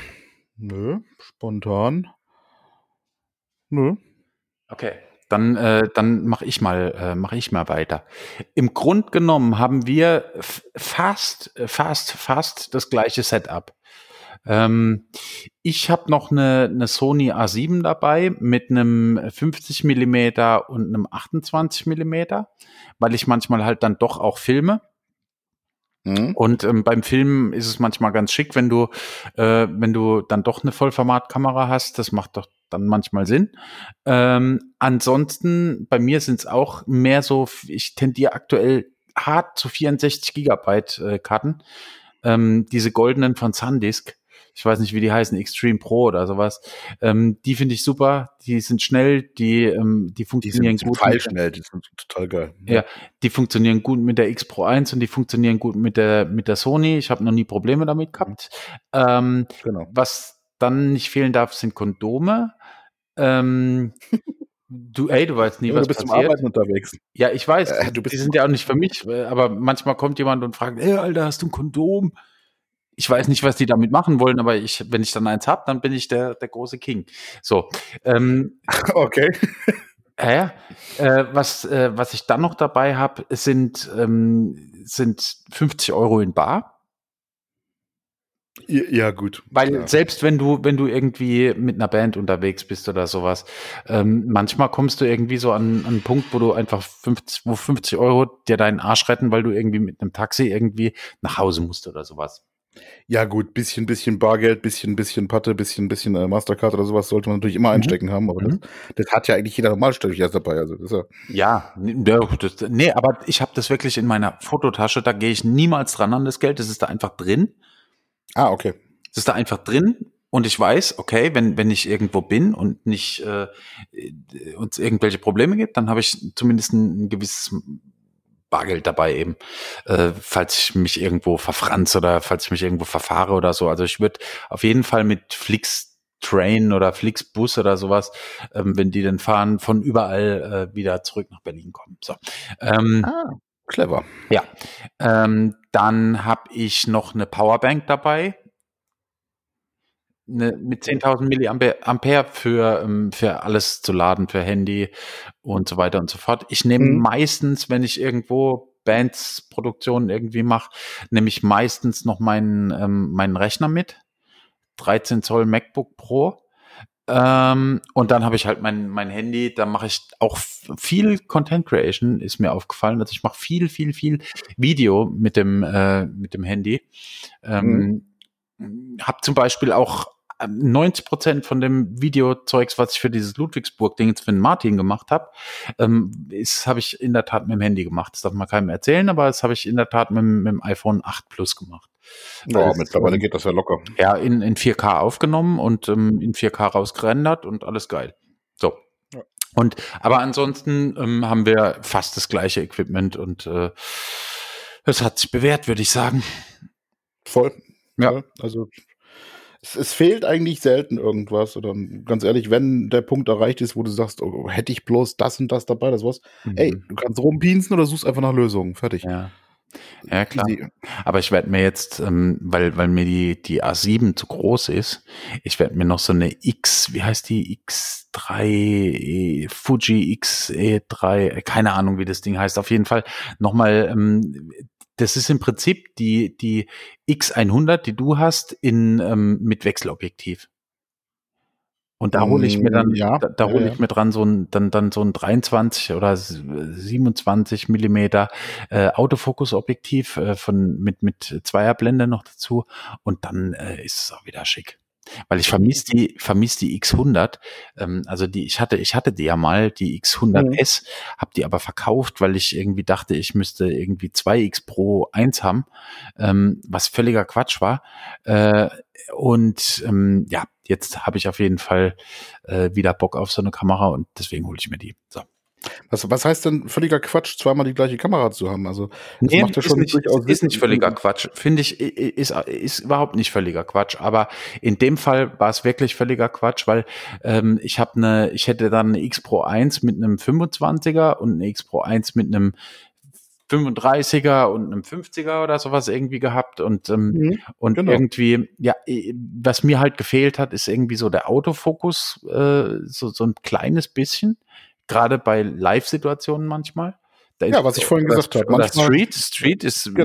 Speaker 1: spontan. Nö.
Speaker 2: Okay, dann mache ich mal weiter. Im Grund genommen haben wir fast das gleiche Setup. Ich habe noch eine Sony A7 dabei mit einem 50 Millimeter und einem 28 Millimeter, weil ich manchmal halt dann doch auch filme. Und beim Filmen ist es manchmal ganz schick, wenn du dann doch eine Vollformatkamera hast. Das macht doch dann manchmal Sinn. Ansonsten, bei mir sind es auch mehr so, ich tendiere aktuell hart zu 64 Gigabyte Karten. Diese goldenen von SanDisk. Ich weiß nicht, wie die heißen, Extreme Pro oder sowas. Die finde ich super. Die sind schnell, die funktionieren gut.
Speaker 1: Pfeilschnell, die sind total geil.
Speaker 2: Ja, die funktionieren gut mit der X Pro 1 und die funktionieren gut mit der Sony. Ich habe noch nie Probleme damit gehabt.
Speaker 1: Genau.
Speaker 2: Was dann nicht fehlen darf, sind Kondome. Du weißt nie,
Speaker 1: Ja, du
Speaker 2: was
Speaker 1: bist zum
Speaker 2: passiert.
Speaker 1: Arbeiten unterwegs.
Speaker 2: Ja, ich weiß,
Speaker 1: du bist
Speaker 2: die sind ja auch nicht für mich, aber manchmal kommt jemand und fragt, hey, Alter, hast du ein Kondom? Ich weiß nicht, was die damit machen wollen, aber wenn ich dann eins habe, dann bin ich der große King. So,
Speaker 1: Okay.
Speaker 2: was ich dann noch dabei habe, sind 50 Euro in bar.
Speaker 1: Ja, gut.
Speaker 2: Weil
Speaker 1: klar.
Speaker 2: selbst wenn du irgendwie mit einer Band unterwegs bist oder sowas, manchmal kommst du irgendwie so an einen Punkt, wo du einfach 50 Euro dir deinen Arsch retten, weil du irgendwie mit einem Taxi irgendwie nach Hause musst oder sowas.
Speaker 1: Ja, gut, bisschen Bargeld, bisschen Patte, bisschen Mastercard oder sowas sollte man natürlich immer einstecken haben, aber das hat ja eigentlich jeder Normalsterbliche dabei. Also das ist
Speaker 2: Ja, nee, aber ich habe das wirklich in meiner Fototasche, da gehe ich niemals dran an das Geld, das ist da einfach drin.
Speaker 1: okay.
Speaker 2: Das ist da einfach drin und ich weiß, okay, wenn ich irgendwo bin und nicht uns irgendwelche Probleme gibt, dann habe ich zumindest ein gewisses Bargeld dabei eben, falls ich mich irgendwo verfranze oder falls ich mich irgendwo verfahre oder so. Also ich würde auf jeden Fall mit Flixtrain oder Flixbus oder sowas, wenn die dann fahren, von überall wieder zurück nach Berlin kommen. So.
Speaker 1: Clever.
Speaker 2: Ja. Dann habe ich noch eine Powerbank dabei. Mit 10.000 Milliampere für alles zu laden, für Handy und so weiter und so fort. Ich nehme meistens, wenn ich irgendwo Bandsproduktionen irgendwie mache, nehme ich meistens noch meinen Rechner mit. 13 Zoll MacBook Pro. Und dann habe ich halt mein Handy, da mache ich auch viel Content Creation, ist mir aufgefallen. Also ich mache viel Video mit dem Handy. Hab zum Beispiel auch 90% von dem Videozeugs, was ich für dieses Ludwigsburg-Ding jetzt für den Martin gemacht habe, habe ich in der Tat mit dem Handy gemacht. Das darf man keinem erzählen, aber das habe ich in der Tat mit dem iPhone 8 Plus gemacht.
Speaker 1: Ja, mittlerweile geht das ja locker.
Speaker 2: Ja, in 4K aufgenommen und in 4K rausgerendert und alles geil. So.
Speaker 1: Ja.
Speaker 2: Aber ansonsten haben wir fast das gleiche Equipment und es hat sich bewährt, würde ich sagen.
Speaker 1: Voll.
Speaker 2: Ja.
Speaker 1: Voll. Also es fehlt eigentlich selten irgendwas. Oder ganz ehrlich, wenn der Punkt erreicht ist, wo du sagst, oh, hätte ich bloß das und das dabei, das was. Ey, du kannst rumpinsen oder suchst einfach nach Lösungen. Fertig.
Speaker 2: Ja. Ja, klar.
Speaker 1: Easy.
Speaker 2: Aber ich werde mir jetzt, weil mir die A7 zu groß ist, ich werde mir noch so eine wie heißt die? X3, Fuji XE3, keine Ahnung, wie das Ding heißt. Auf jeden Fall nochmal, das ist im Prinzip die X100, die du hast, mit Wechselobjektiv. Und da hole ich mir dann,
Speaker 1: Ja,
Speaker 2: da hole ich mir dran so ein 23 oder 27 Millimeter Autofokusobjektiv mit Zweierblende noch dazu und dann ist es auch wieder schick. Weil ich vermisse die X100. Also ich hatte die ja mal, die X100S, habe die aber verkauft, weil ich irgendwie dachte, ich müsste irgendwie 2X Pro 1 haben, was völliger Quatsch war. Ja, jetzt habe ich auf jeden Fall wieder Bock auf so eine Kamera und deswegen hole ich mir die. So.
Speaker 1: Was heißt denn völliger Quatsch, zweimal die gleiche Kamera zu haben? Also das
Speaker 2: Nee,
Speaker 1: macht ja schon durchaus
Speaker 2: ist
Speaker 1: Sinn.
Speaker 2: nicht völliger Quatsch. Finde ich, ist überhaupt nicht völliger Quatsch. Aber in dem Fall war es wirklich völliger Quatsch, weil ich hätte dann eine X Pro 1 mit einem 25er und eine X Pro 1 mit einem 35er und einem 50er oder sowas irgendwie gehabt und
Speaker 1: genau.
Speaker 2: irgendwie, ja, was mir halt gefehlt hat, ist irgendwie so der Autofokus, so ein kleines bisschen, gerade bei Live-Situationen manchmal.
Speaker 1: Ja, was ich vorhin gesagt habe.
Speaker 2: Oder Street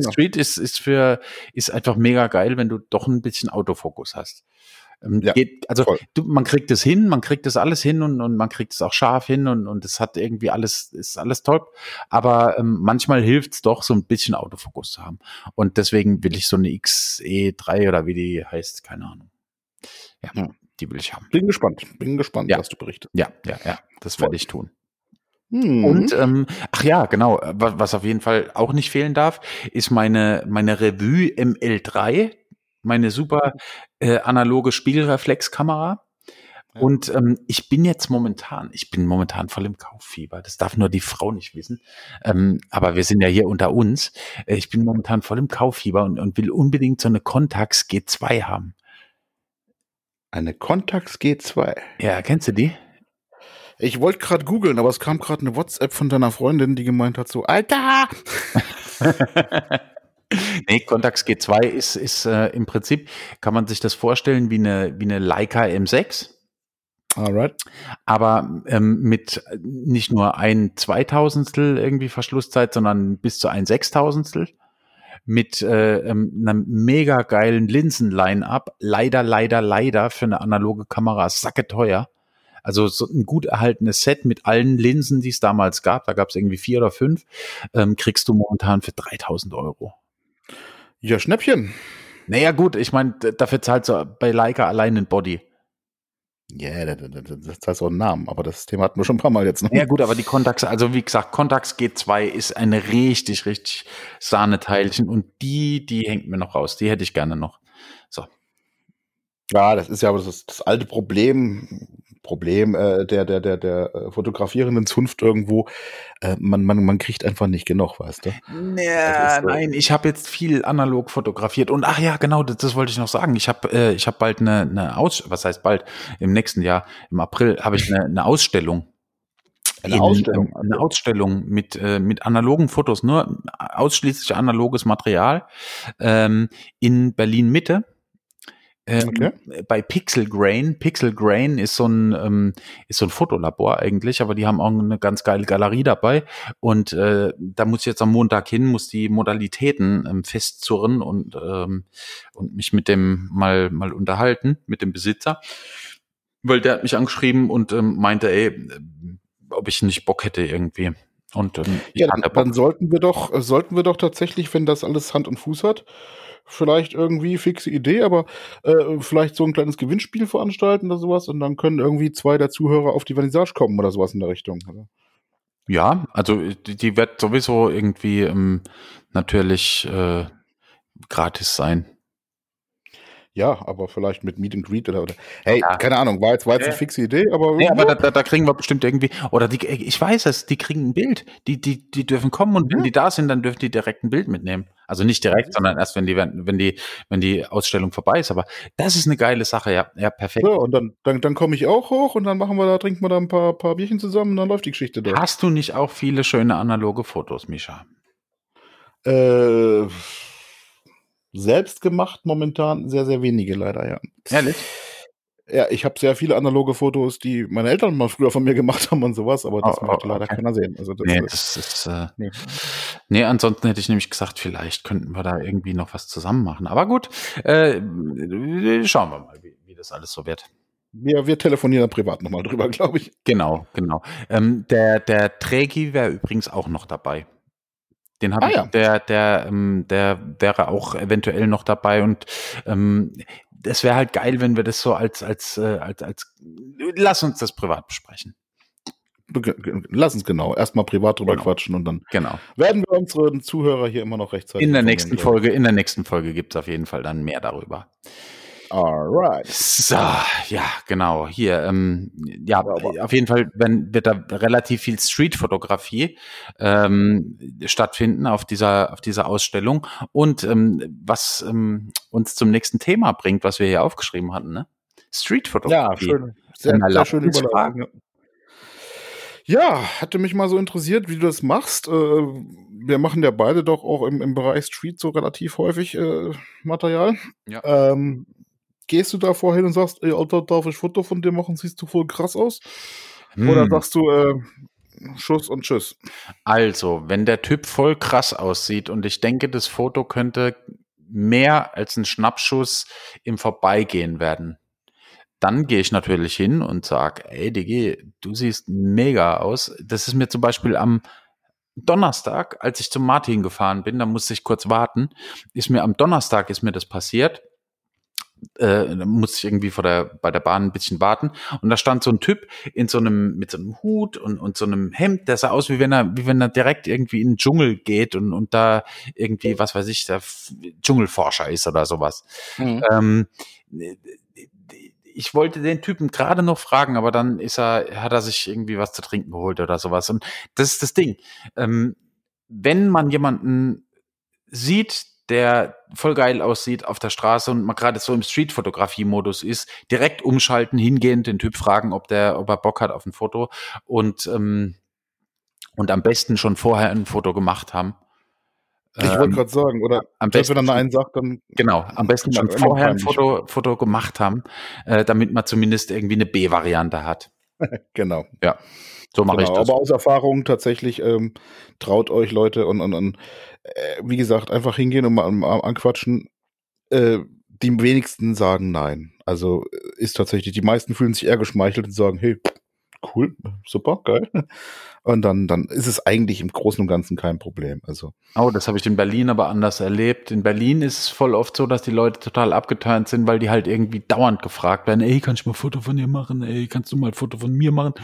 Speaker 2: ist einfach mega geil, wenn du doch ein bisschen Autofokus hast.
Speaker 1: Ja,
Speaker 2: man kriegt es hin, man kriegt das alles hin und man kriegt es auch scharf hin und es hat irgendwie ist alles toll. Aber manchmal hilft es doch, so ein bisschen Autofokus zu haben. Und deswegen will ich so eine XE3 oder wie die heißt, keine Ahnung. Ja, die will ich haben.
Speaker 1: Bin gespannt, was du berichtest.
Speaker 2: Ja, das werde ich tun.
Speaker 1: Mhm.
Speaker 2: Und, ach ja, genau, was auf jeden Fall auch nicht fehlen darf, ist meine Revue ML3, meine super analoge Spiegelreflexkamera.
Speaker 1: Ja.
Speaker 2: Und ich bin momentan voll im Kauffieber. Das darf nur die Frau nicht wissen. Aber wir sind ja hier unter uns. Ich bin momentan voll im Kauffieber und will unbedingt so eine Contax G2 haben.
Speaker 1: Eine Contax G2.
Speaker 2: Ja, kennst du die?
Speaker 1: Ich wollte gerade googeln, aber es kam gerade eine WhatsApp von deiner Freundin, die gemeint hat so, Alter!
Speaker 2: Nee, Contax G2 ist im Prinzip, kann man sich das vorstellen wie eine Leica M6.
Speaker 1: Alright.
Speaker 2: Aber mit nicht nur ein Zweitausendstel irgendwie Verschlusszeit, sondern bis zu ein Sechstausendstel. Mit einer mega geilen Linsen-Line-Up. Leider für eine analoge Kamera sacke teuer. Also so ein gut erhaltenes Set mit allen Linsen, die es damals gab, da gab es irgendwie 4 oder 5, kriegst du momentan für 3.000 Euro.
Speaker 1: Ja, Schnäppchen.
Speaker 2: Naja gut, ich meine, dafür zahlst du bei Leica allein ein Body.
Speaker 1: Ja, das heißt auch einen Namen, aber das Thema hatten wir schon ein paar Mal jetzt. Ne?
Speaker 2: Ja gut, aber die Contax, also wie gesagt, Contax G2 ist eine richtig Sahneteilchen und die hängt mir noch raus, die hätte ich gerne noch. So.
Speaker 1: Ja, das ist ja das alte Problem der fotografierenden Zunft irgendwo. Man kriegt einfach nicht genug, weißt du?
Speaker 2: Ja, nein, ich habe jetzt viel analog fotografiert und ach ja, genau, das wollte ich noch sagen. Ich habe bald was heißt bald? Im nächsten Jahr, im April, habe ich eine Ausstellung.
Speaker 1: Eine Ausstellung?
Speaker 2: Eine Ausstellung mit analogen Fotos, nur ausschließlich analoges Material in Berlin-Mitte.
Speaker 1: Okay.
Speaker 2: Bei Pixel Grain. Pixel Grain ist so ein Fotolabor eigentlich, aber die haben auch eine ganz geile Galerie dabei. Und da muss ich jetzt am Montag hin, muss die Modalitäten festzurren und mich mit dem mal unterhalten, mit dem Besitzer. Weil der hat mich angeschrieben und meinte, ob ich nicht Bock hätte irgendwie. Und
Speaker 1: ja, dann sollten wir doch tatsächlich, wenn das alles Hand und Fuß hat, vielleicht irgendwie fixe Idee, aber vielleicht so ein kleines Gewinnspiel veranstalten oder sowas und dann können irgendwie 2 der Zuhörer auf die Vernissage kommen oder sowas in der Richtung. Oder?
Speaker 2: Ja, also die wird sowieso irgendwie natürlich gratis sein.
Speaker 1: Ja, aber vielleicht mit Meet and Greet oder hey,
Speaker 2: Ja.
Speaker 1: keine Ahnung, war jetzt eine fixe Idee, aber
Speaker 2: Nee, aber da kriegen wir bestimmt irgendwie, oder ich weiß es, die kriegen ein Bild. Die dürfen kommen und wenn
Speaker 1: ja.
Speaker 2: die da sind, dann dürfen die direkt ein Bild mitnehmen. Also nicht direkt, sondern erst wenn die Ausstellung vorbei ist. Aber das ist eine geile Sache, ja, perfekt.
Speaker 1: So, und dann komme ich auch hoch und dann trinken wir da ein paar Bierchen zusammen und dann läuft die Geschichte dort.
Speaker 2: Hast du nicht auch viele schöne analoge Fotos, Mischa?
Speaker 1: Selbst gemacht momentan sehr, sehr wenige leider, ja.
Speaker 2: Ehrlich?
Speaker 1: Ja, ich habe sehr viele analoge Fotos, die meine Eltern mal früher von mir gemacht haben und sowas, aber das möchte leider
Speaker 2: Okay.
Speaker 1: keiner sehen. Also
Speaker 2: Nee, das ist,
Speaker 1: nee.
Speaker 2: nee, ansonsten hätte ich nämlich gesagt, vielleicht könnten wir da irgendwie noch was zusammen machen. Aber gut, schauen wir mal, wie das alles so wird.
Speaker 1: Wir telefonieren dann privat nochmal drüber, glaube ich.
Speaker 2: Genau. Der Trägi wäre übrigens auch noch dabei. Den habe ich,
Speaker 1: ja.
Speaker 2: der wäre auch eventuell noch dabei und das wäre halt geil, wenn wir das so als lass uns das privat besprechen.
Speaker 1: Lass uns erstmal privat drüber quatschen und dann werden wir unseren Zuhörer hier immer noch rechtzeitig
Speaker 2: in der nächsten Folge gibt es auf jeden Fall dann mehr darüber.
Speaker 1: Alright.
Speaker 2: So, ja, genau. Hier, auf jeden Fall wird da relativ viel Streetfotografie stattfinden auf dieser Ausstellung. Und was uns zum nächsten Thema bringt, was wir hier aufgeschrieben hatten, ne? Streetfotografie.
Speaker 1: Ja, schön. Sehr schöne Überleitung. Ja, hatte mich mal so interessiert, wie du das machst. Wir machen ja beide doch auch im Bereich Street so relativ häufig Material.
Speaker 2: Ja.
Speaker 1: Gehst du da vorhin und sagst, ey, Alter, darf ich Foto von dir machen? Siehst du voll krass aus? Oder sagst du Schuss und Tschüss?
Speaker 2: Also, wenn der Typ voll krass aussieht und ich denke, das Foto könnte mehr als ein Schnappschuss im Vorbeigehen werden, dann gehe ich natürlich hin und sage, ey Digi, du siehst mega aus. Das ist mir zum Beispiel am Donnerstag, als ich zum Martin gefahren bin, da musste ich kurz warten, am Donnerstag ist mir das passiert. Da musste ich irgendwie bei der Bahn ein bisschen warten und da stand so ein Typ mit so einem Hut und so einem Hemd, der sah aus, wie wenn er direkt irgendwie in den Dschungel geht und da irgendwie, was weiß ich, der Dschungelforscher ist oder sowas.
Speaker 1: Mhm.
Speaker 2: Ich wollte den Typen gerade noch fragen, aber dann hat er sich irgendwie was zu trinken geholt oder sowas. Und das ist das Ding. Wenn man jemanden sieht, der voll geil aussieht auf der Straße und man gerade so im Street-Fotografie-Modus ist, direkt umschalten, hingehen, den Typ fragen, ob er Bock hat auf ein Foto und am besten schon vorher ein Foto gemacht haben.
Speaker 1: Ich wollte gerade sagen, oder
Speaker 2: am besten,
Speaker 1: wenn er Nein sagt, dann
Speaker 2: genau, am besten schon vorher ein Foto gemacht haben, damit man zumindest irgendwie eine B-Variante hat.
Speaker 1: Genau.
Speaker 2: Ja, so mache ich das.
Speaker 1: Aber aus Erfahrung tatsächlich traut euch Leute und wie gesagt, einfach hingehen und mal anquatschen. Die wenigsten sagen Nein. Also ist tatsächlich, die meisten fühlen sich eher geschmeichelt und sagen, hey, cool, super, geil. Und dann ist es eigentlich im Großen und Ganzen kein Problem. Also.
Speaker 2: Oh, das habe ich in Berlin aber anders erlebt. In Berlin ist es voll oft so, dass die Leute total abgeturnt sind, weil die halt irgendwie dauernd gefragt werden, ey, kann ich mal ein Foto von dir machen? Ey, kannst du mal ein Foto von mir machen?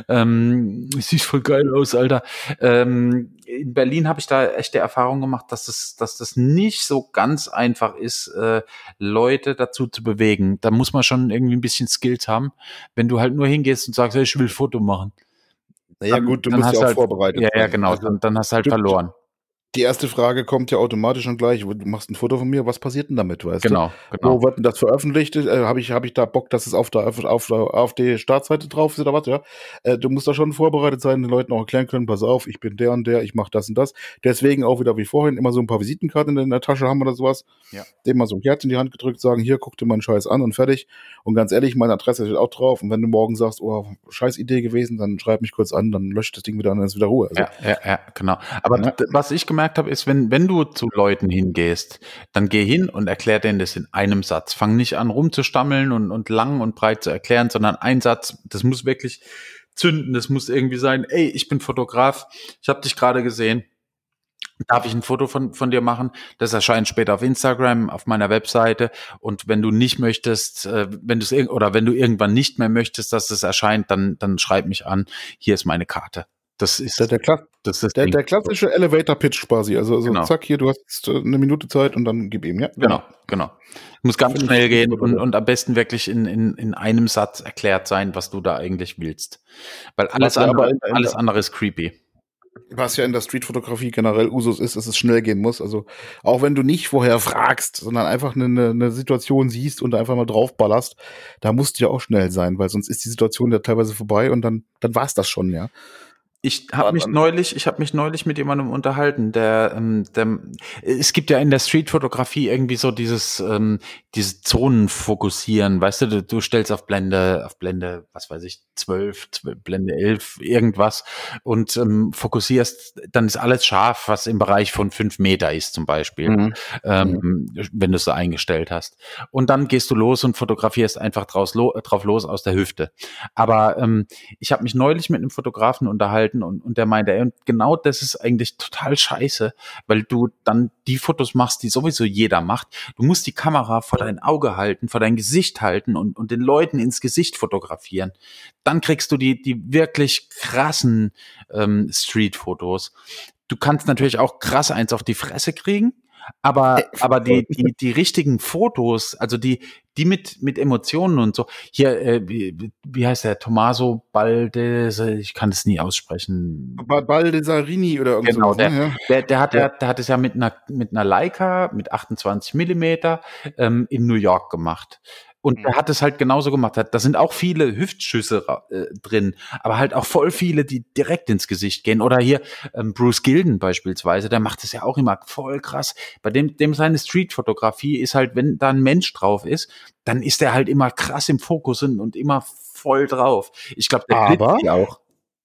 Speaker 2: Sieht voll geil aus, Alter. In Berlin habe ich da echt die Erfahrung gemacht, dass das nicht so ganz einfach ist, Leute dazu zu bewegen. Da muss man schon irgendwie ein bisschen Skills haben. Wenn du halt nur hingehst und sagst, hey, ich will ein Foto machen.
Speaker 1: Naja gut, du musst ja auch vorbereitet sein.
Speaker 2: Ja, genau, also, dann hast du halt verloren.
Speaker 1: Die erste Frage kommt ja automatisch und gleich, du machst ein Foto von mir, was passiert denn damit, weißt du?
Speaker 2: Genau.
Speaker 1: Wo wird denn das veröffentlicht? Habe ich da Bock, dass es auf die Startseite drauf ist oder was, ja? Du musst da schon vorbereitet sein, den Leuten auch erklären können, pass auf, ich bin der und der, ich mache das und das. Deswegen auch wieder wie vorhin immer so ein paar Visitenkarten in der Tasche haben oder sowas.
Speaker 2: Ja.
Speaker 1: Dem mal so ein Kärtchen in die Hand gedrückt, sagen, hier, guck dir meinen Scheiß an und fertig. Und ganz ehrlich, meine Adresse steht auch drauf. Und wenn du morgen sagst, oh, scheiß Idee gewesen, dann schreib mich kurz an, dann löscht das Ding wieder an, dann ist wieder Ruhe. Also,
Speaker 2: ja, genau. Aber was ich gemerkt habe, ist, wenn du zu Leuten hingehst, dann geh hin und erklär denen das in einem Satz. Fang nicht an rumzustammeln und lang und breit zu erklären, sondern ein Satz, das muss wirklich zünden, das muss irgendwie sein, ey, ich bin Fotograf, ich habe dich gerade gesehen, darf ich ein Foto von dir machen? Das erscheint später auf Instagram, auf meiner Webseite. Und wenn du nicht möchtest, wenn du irgendwann nicht mehr möchtest, dass es erscheint, dann schreib mich an. Hier ist meine Karte. Das ist
Speaker 1: der
Speaker 2: Das ist
Speaker 1: Der klassische Elevator-Pitch quasi. Also
Speaker 2: genau.
Speaker 1: zack, hier, du hast jetzt 1 Minute Zeit und dann gib ihm, ja?
Speaker 2: Genau. Muss ganz
Speaker 1: Finde
Speaker 2: schnell
Speaker 1: ich
Speaker 2: gehen
Speaker 1: super toll.
Speaker 2: und am besten wirklich in einem Satz erklärt sein, was du da eigentlich willst. Weil
Speaker 1: Was ja aber
Speaker 2: alles andere ist creepy.
Speaker 1: was ja in der Streetfotografie generell Usus ist, dass es schnell gehen muss. Also auch wenn du nicht vorher fragst, sondern einfach eine Situation siehst und da einfach mal draufballerst, da musst du ja auch schnell sein, weil sonst ist die Situation ja teilweise vorbei und dann war's das schon, ja.
Speaker 2: Ich habe mich neulich mit jemandem unterhalten, es gibt ja in der Streetfotografie irgendwie so diese Zonen fokussieren, weißt du, du stellst auf Blende, was weiß ich, 12, Blende 11, irgendwas und fokussierst, dann ist alles scharf, was im Bereich von 5 Meter ist zum Beispiel, wenn du es so eingestellt hast. Und dann gehst du los und fotografierst einfach drauf los aus der Hüfte. Aber ich habe mich neulich mit einem Fotografen unterhalten und der meinte, ey, und genau das ist eigentlich total scheiße, weil du dann die Fotos machst, die sowieso jeder macht. Du musst die Kamera vor dein Auge halten, vor dein Gesicht halten und den Leuten ins Gesicht fotografieren. Dann kriegst du die wirklich krassen Street-Fotos. Du kannst natürlich auch krass eins auf die Fresse kriegen, aber die richtigen Fotos, also die mit Emotionen und so. Hier, wie heißt der? Tommaso Balde, ich kann es nie aussprechen.
Speaker 1: Baldesarini oder irgend
Speaker 2: Genau,
Speaker 1: sowas, ne?
Speaker 2: der hat es ja mit einer Leica mit 28 Millimeter in New York gemacht. Und der hat es halt genauso gemacht. Da sind auch viele Hüftschüsse drin, aber halt auch voll viele, die direkt ins Gesicht gehen. Oder hier Bruce Gilden beispielsweise, der macht es ja auch immer voll krass. Bei dem seine Streetfotografie ist halt, wenn da ein Mensch drauf ist, dann ist der halt immer krass im Fokus und immer voll drauf. Ich glaube, der
Speaker 1: Aber,
Speaker 2: blitzt die auch.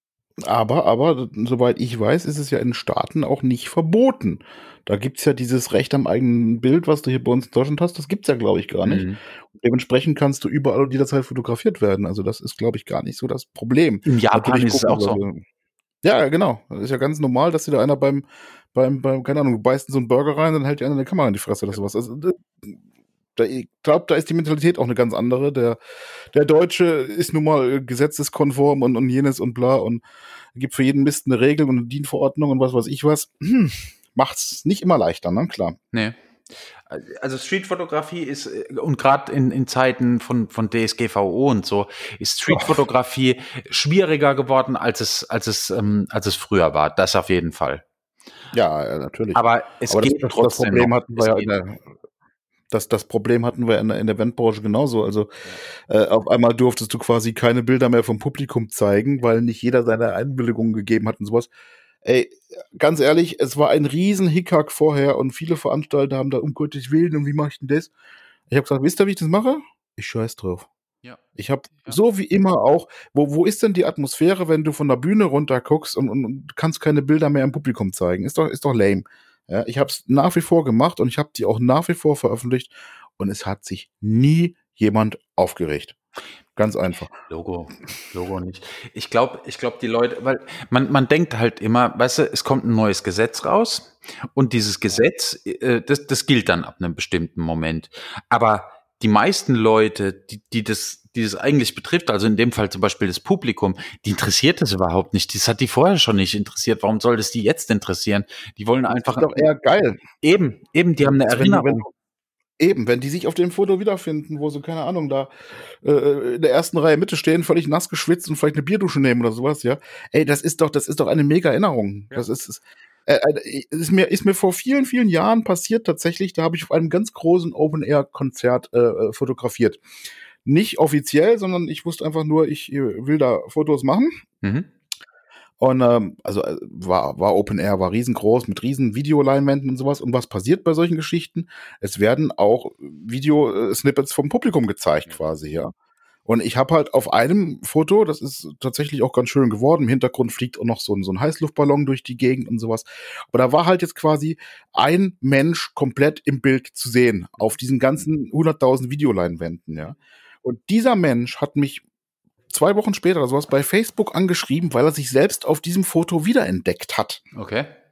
Speaker 1: aber, soweit ich weiß, ist es ja in Staaten auch nicht verboten. Da gibt's ja dieses Recht am eigenen Bild, was du hier bei uns in Deutschland hast, das gibt's ja, glaube ich, gar nicht.
Speaker 2: Mhm.
Speaker 1: Dementsprechend kannst du überall und jederzeit fotografiert werden. Also das ist, glaube ich, gar nicht so das Problem.
Speaker 2: In Japan
Speaker 1: Natürlich
Speaker 2: ist es
Speaker 1: gucken
Speaker 2: auch so.
Speaker 1: ja, genau. Das ist ja ganz normal, dass dir da einer keine Ahnung, du beißt in so einen Burger rein, dann hält dir einer eine Kamera in die Fresse oder sowas. Also, ich glaube, da ist die Mentalität auch eine ganz andere. Der Deutsche ist nun mal gesetzeskonform und jenes und bla und gibt für jeden Mist eine Regel und eine DIN-Verordnung und was weiß ich was. Macht's nicht immer leichter, ne? Klar.
Speaker 2: Nee. Also Streetfotografie ist, und gerade in Zeiten von DSGVO und so, ist Streetfotografie schwieriger geworden, als es früher war. Das auf jeden Fall.
Speaker 1: Ja, natürlich.
Speaker 2: Aber es
Speaker 1: Aber
Speaker 2: geht
Speaker 1: das
Speaker 2: trotzdem
Speaker 1: Problem
Speaker 2: noch.
Speaker 1: hatten wir ja das Problem hatten wir in der Eventbranche genauso. Also auf einmal durftest du quasi keine Bilder mehr vom Publikum zeigen, weil nicht jeder seine Einwilligung gegeben hat und sowas. Ey, ganz ehrlich, es war ein riesen Hickhack vorher und viele Veranstalter haben da um Gottes Willen und wie mache ich denn das? Ich habe gesagt, wisst ihr, wie ich das mache? Ich scheiß drauf.
Speaker 2: Ja.
Speaker 1: Ich habe so wie immer auch, wo ist denn die Atmosphäre, wenn du von der Bühne runter guckst und kannst keine Bilder mehr im Publikum zeigen? Ist doch lame. Ja, ich habe es nach wie vor gemacht und ich habe die auch nach wie vor veröffentlicht und es hat sich nie jemand aufgeregt. Ganz einfach.
Speaker 2: Logo nicht. Ich glaube, die Leute, weil man denkt halt immer, weißt du, es kommt ein neues Gesetz raus und dieses Gesetz, das gilt dann ab einem bestimmten Moment. Aber die meisten Leute, die das eigentlich betrifft, also in dem Fall zum Beispiel das Publikum, die interessiert das überhaupt nicht. Das hat die vorher schon nicht interessiert. Warum soll das die jetzt interessieren? Die wollen einfach
Speaker 1: Das ist doch eher geil.
Speaker 2: eben, die haben eine
Speaker 1: Also
Speaker 2: Erinnerung.
Speaker 1: wenn die sich auf dem Foto wiederfinden, wo sie, keine Ahnung, da in der ersten Reihe Mitte stehen, völlig nass geschwitzt und vielleicht eine Bierdusche nehmen oder sowas, ja. Ey, das ist doch eine mega Erinnerung.
Speaker 2: Ja.
Speaker 1: Das ist mir vor vielen, vielen Jahren passiert tatsächlich, da habe ich auf einem ganz großen Open-Air-Konzert fotografiert. Nicht offiziell, sondern ich wusste einfach nur, ich will da Fotos machen.
Speaker 2: Mhm.
Speaker 1: Und war Open Air, war riesengroß mit riesen Videoleinwänden und sowas. Und was passiert bei solchen Geschichten? Es werden auch Video-Snippets vom Publikum gezeigt quasi, ja. Und ich habe halt auf einem Foto, das ist tatsächlich auch ganz schön geworden, im Hintergrund fliegt auch noch so ein Heißluftballon durch die Gegend und sowas. Aber da war halt jetzt quasi ein Mensch komplett im Bild zu sehen, auf diesen ganzen 100.000 Videoleinwänden, ja. Und dieser Mensch hat mich 2 Wochen später oder sowas bei Facebook angeschrieben, weil er sich selbst auf diesem Foto wiederentdeckt hat.
Speaker 2: Okay.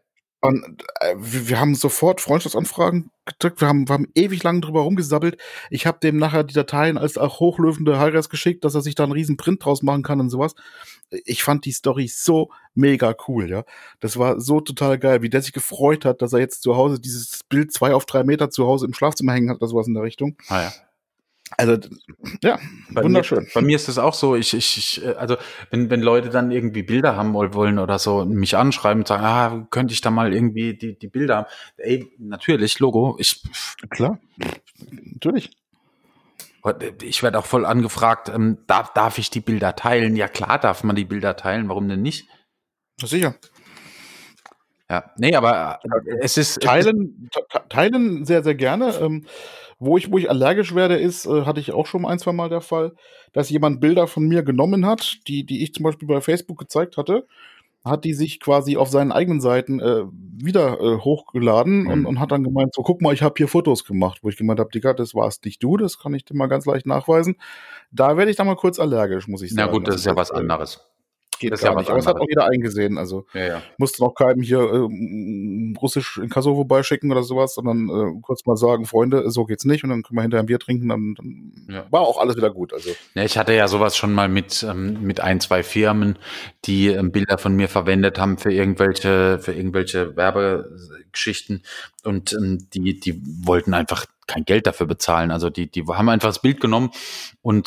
Speaker 1: Und wir haben sofort Freundschaftsanfragen gedrückt, wir haben ewig lang drüber rumgesabbelt. Ich habe dem nachher die Dateien als auch hochlöfende Hi-Res geschickt, dass er sich da einen riesen Print draus machen kann und sowas. Ich fand die Story so mega cool, ja. Das war so total geil, wie der sich gefreut hat, dass er jetzt zu Hause dieses Bild 2 auf 3 Meter zu Hause im Schlafzimmer hängen hat oder sowas in der Richtung.
Speaker 2: Ah ja.
Speaker 1: Also, ja, wunderschön.
Speaker 2: Bei mir ist es auch so, also wenn Leute dann irgendwie Bilder haben wollen oder so, mich anschreiben und sagen, könnte ich da mal irgendwie die Bilder haben? Ey, natürlich, Logo.
Speaker 1: Klar, natürlich.
Speaker 2: Ich werde auch voll angefragt, darf ich die Bilder teilen? Ja klar darf man die Bilder teilen, warum denn nicht?
Speaker 1: Sicher.
Speaker 2: Ja, nee, aber es ist...
Speaker 1: Teilen sehr, sehr gerne. Wo ich allergisch werde, ist, hatte ich auch schon ein, zwei Mal der Fall, dass jemand Bilder von mir genommen hat, die ich zum Beispiel bei Facebook gezeigt hatte, hat die sich quasi auf seinen eigenen Seiten wieder hochgeladen und hat dann gemeint, so guck mal, ich habe hier Fotos gemacht, wo ich gemeint habe, Digga, das warst nicht du, das kann ich dir mal ganz leicht nachweisen. Da werde ich dann mal kurz allergisch, muss ich sagen.
Speaker 2: Na gut, das ist ja was anderes.
Speaker 1: Geht
Speaker 2: Das ist
Speaker 1: gar
Speaker 2: ja
Speaker 1: nicht.
Speaker 2: was
Speaker 1: Aber es hat
Speaker 2: anderes.
Speaker 1: auch jeder eingesehen. Also
Speaker 2: Ja.
Speaker 1: musste noch keinem hier Russisch in Kosovo beischicken oder sowas, sondern kurz mal sagen, Freunde, so geht's nicht. Und dann können wir hinterher ein Bier trinken. Dann war auch alles wieder gut. Also
Speaker 2: Ja, ich hatte ja sowas schon mal mit ein, zwei Firmen, die Bilder von mir verwendet haben für irgendwelche Werbegeschichten und die wollten einfach kein Geld dafür bezahlen. Also die haben einfach das Bild genommen und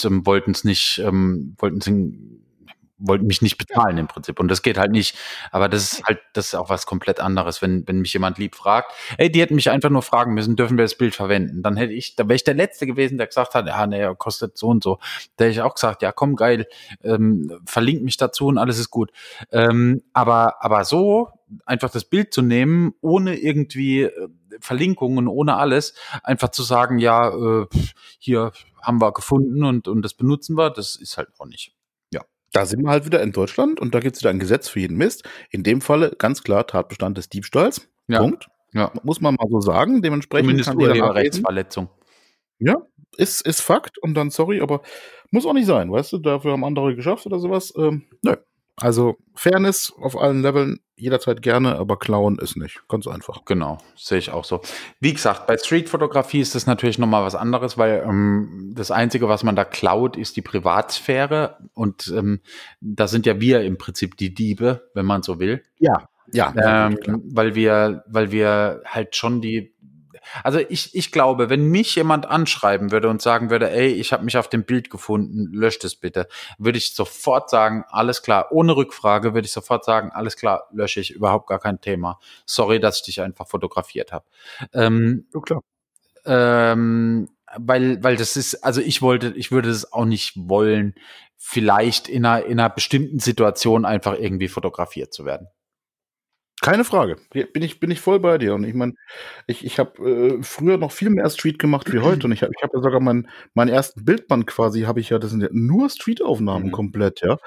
Speaker 2: wollten mich nicht bezahlen im Prinzip. Und das geht halt nicht. Aber das ist auch was komplett anderes, wenn mich jemand lieb fragt. Ey, die hätten mich einfach nur fragen müssen, dürfen wir das Bild verwenden? Da wäre ich der Letzte gewesen, der gesagt hat, ja, nee, kostet so und so. Da hätte ich auch gesagt, ja, komm, geil, verlink mich dazu und alles ist gut. Aber so einfach das Bild zu nehmen, ohne irgendwie Verlinkungen, ohne alles, einfach zu sagen, ja, hier haben wir gefunden und das benutzen wir, das ist halt auch nicht.
Speaker 1: da sind wir halt wieder in Deutschland und da gibt es wieder ein Gesetz für jeden Mist. In dem Falle ganz klar Tatbestand des Diebstahls.
Speaker 2: Ja.
Speaker 1: Punkt.
Speaker 2: Ja.
Speaker 1: Muss man mal so sagen. Dementsprechend
Speaker 2: Zumindest
Speaker 1: kann jeder nachlesen.
Speaker 2: Urheberrechtsverletzung.
Speaker 1: Ja, ist Fakt und dann sorry, aber muss auch nicht sein, weißt du? Dafür haben andere geschafft oder sowas. Nö. Also Fairness auf allen Leveln jederzeit gerne, aber klauen ist nicht. Ganz einfach.
Speaker 2: Genau, sehe ich auch so. Wie gesagt, bei Streetfotografie ist das natürlich nochmal was anderes, weil das Einzige, was man da klaut, ist die Privatsphäre und da sind ja wir im Prinzip die Diebe, wenn man so will.
Speaker 1: Ja, gut, klar.
Speaker 2: Weil wir halt schon also ich glaube, wenn mich jemand anschreiben würde und sagen würde, ey, ich habe mich auf dem Bild gefunden, löscht es bitte, würde ich sofort sagen, alles klar, ohne Rückfrage würde ich sofort sagen, alles klar, lösche ich, überhaupt gar kein Thema. Sorry, dass ich dich einfach fotografiert habe.
Speaker 1: So klar.
Speaker 2: Weil das ist, also ich würde das auch nicht wollen, vielleicht in einer bestimmten Situation einfach irgendwie fotografiert zu werden.
Speaker 1: Keine Frage. Bin ich voll bei dir. Und ich meine, ich habe früher noch viel mehr Street gemacht wie heute. Und ich habe ja sogar meinen ersten Bildband quasi, habe ich ja, das sind ja nur Street-Aufnahmen komplett, ja.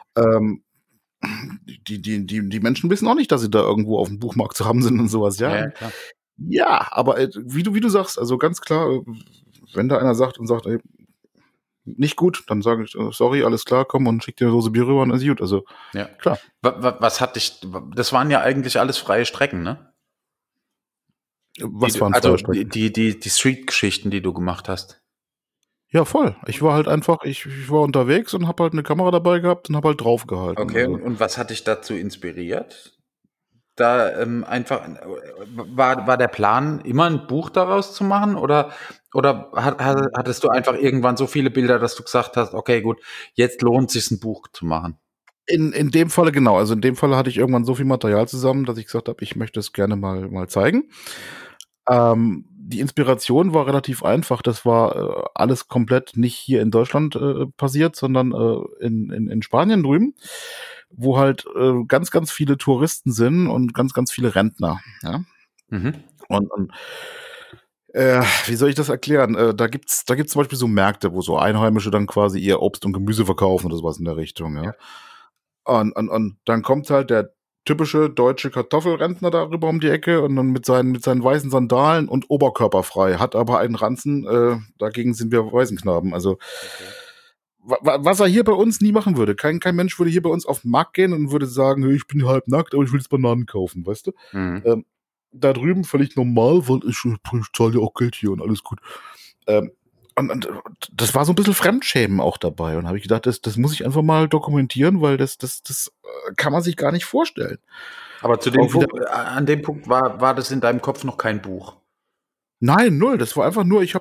Speaker 1: Die Menschen wissen auch nicht, dass sie da irgendwo auf dem Buchmarkt zu haben sind und sowas, ja.
Speaker 2: Ja, klar.
Speaker 1: Ja, aber wie du sagst, also ganz klar, wenn da einer sagt, ey, nicht gut, dann sage ich, sorry, alles klar, komm und schick dir eine Dose Bier rüber und ist gut. Also,
Speaker 2: ja,
Speaker 1: klar.
Speaker 2: Was das waren ja eigentlich alles freie Strecken, ne?
Speaker 1: Was waren freie Strecken?
Speaker 2: Die Street-Geschichten, die du gemacht hast.
Speaker 1: Ja, voll. Ich war halt einfach, ich war unterwegs und habe halt eine Kamera dabei gehabt und habe halt draufgehalten.
Speaker 2: Okay,
Speaker 1: also.
Speaker 2: und was hat dich dazu inspiriert? Da einfach, war der Plan, immer ein Buch daraus zu machen oder hattest du einfach irgendwann so viele Bilder, dass du gesagt hast, okay, gut, jetzt lohnt es sich, ein Buch zu machen?
Speaker 1: In dem Falle genau. Also in dem Falle hatte ich irgendwann so viel Material zusammen, dass ich gesagt habe, ich möchte es gerne mal zeigen. Die Inspiration war relativ einfach. Das war alles komplett nicht hier in Deutschland passiert, sondern in Spanien drüben, wo halt ganz, ganz viele Touristen sind und ganz, ganz viele Rentner. Ja? Und wie soll ich das erklären? Da gibt's zum Beispiel so Märkte, wo so Einheimische dann quasi ihr Obst und Gemüse verkaufen oder sowas in der Richtung. Ja? Und dann kommt halt der typische deutsche Kartoffelrentner darüber um die Ecke und dann mit seinen weißen Sandalen und oberkörperfrei, hat aber einen Ranzen, dagegen sind wir Waisenknaben. Also was er hier bei uns nie machen würde. Kein Mensch würde hier bei uns auf den Markt gehen und würde sagen, hey, ich bin halb nackt, aber ich will jetzt Bananen kaufen, weißt du? Da drüben völlig normal, weil ich zahle ja auch Geld hier und alles gut. Und das war so ein bisschen Fremdschämen auch dabei. Und habe ich gedacht, das muss ich einfach mal dokumentieren, weil das kann man sich gar nicht vorstellen.
Speaker 2: Aber an dem Punkt war das in deinem Kopf noch kein Buch?
Speaker 1: Nein, null. Das war einfach nur, ich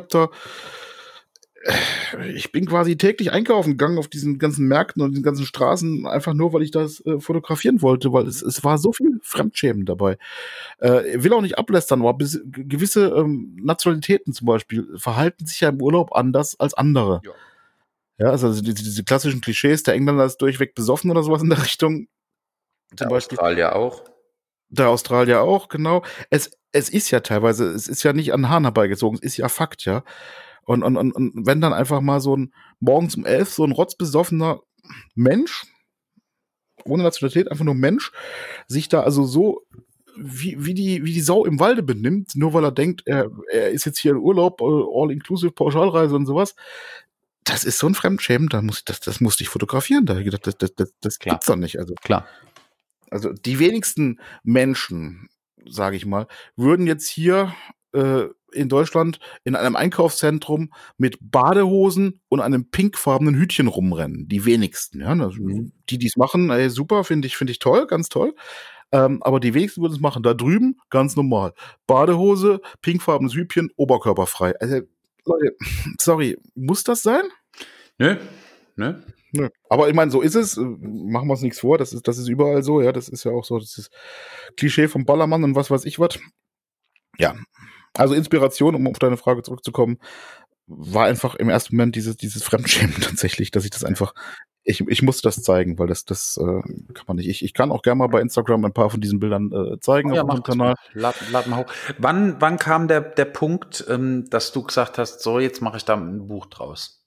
Speaker 1: bin quasi täglich einkaufen gegangen auf diesen ganzen Märkten und den ganzen Straßen, einfach nur, weil ich das fotografieren wollte, weil es war so viel Fremdschämen dabei. Ich will auch nicht ablästern, aber gewisse Nationalitäten zum Beispiel verhalten sich ja im Urlaub anders als andere. Ja, also diese klassischen Klischees, der Engländer ist durchweg besoffen oder sowas in der Richtung.
Speaker 2: Der Australier auch.
Speaker 1: Der Australier auch, genau. Es ist ja teilweise, es ist ja nicht an den Haaren herbeigezogen, es ist ja Fakt, ja. Und wenn dann einfach mal so ein morgens um 11 so ein rotzbesoffener Mensch, ohne Nationalität, einfach nur Mensch, sich da also so wie die Sau im Walde benimmt, nur weil er denkt, er ist jetzt hier in Urlaub, all-inclusive Pauschalreise und sowas. Das ist so ein Fremdschämen, das musste ich fotografieren. Da habe ich gedacht, das gibt's doch nicht. Also
Speaker 2: klar.
Speaker 1: Also die wenigsten Menschen, sage ich mal, würden jetzt hier in Deutschland in einem Einkaufszentrum mit Badehosen und einem pinkfarbenen Hütchen rumrennen. Die wenigsten, ja. Also die es machen, ey, super, finde ich toll, ganz toll. Aber die wenigsten würden es machen. Da drüben ganz normal. Badehose, pinkfarbenes Hütchen, oberkörperfrei. Also, Leute, sorry, muss das sein?
Speaker 2: Nö.
Speaker 1: Nö. Aber ich meine, so ist es. Machen wir uns nichts vor. Das ist überall so. Ja, das ist ja auch so dieses Klischee vom Ballermann und was weiß ich was. Ja. Also Inspiration, um auf deine Frage zurückzukommen, war einfach im ersten Moment dieses Fremdschämen tatsächlich, dass ich das einfach, ich musste das zeigen, weil das kann man nicht. Ich kann auch gerne mal bei Instagram ein paar von diesen Bildern zeigen auf unserem Kanal.
Speaker 2: Lad mal hoch. Wann kam der Punkt, dass du gesagt hast, so, jetzt mache ich da ein Buch draus?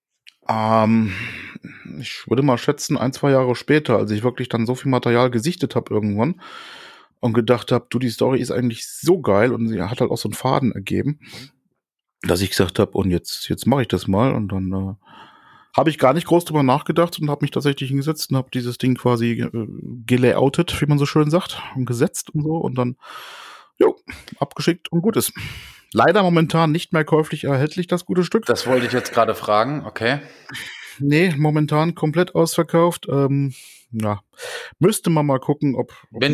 Speaker 1: Ich würde mal schätzen, 1-2 Jahre später, als ich wirklich dann so viel Material gesichtet habe irgendwann und gedacht habe, die Story ist eigentlich so geil und sie hat halt auch so einen Faden ergeben, dass ich gesagt habe, und jetzt mache ich das mal. Und dann habe ich gar nicht groß drüber nachgedacht und habe mich tatsächlich hingesetzt und habe dieses Ding quasi gelayoutet, wie man so schön sagt, und gesetzt und so und dann abgeschickt und gut ist. Leider momentan nicht mehr käuflich erhältlich, das gute Stück.
Speaker 2: Das wollte ich jetzt gerade fragen, okay.
Speaker 1: Nee, momentan komplett ausverkauft. Müsste man mal gucken, ob
Speaker 2: wenn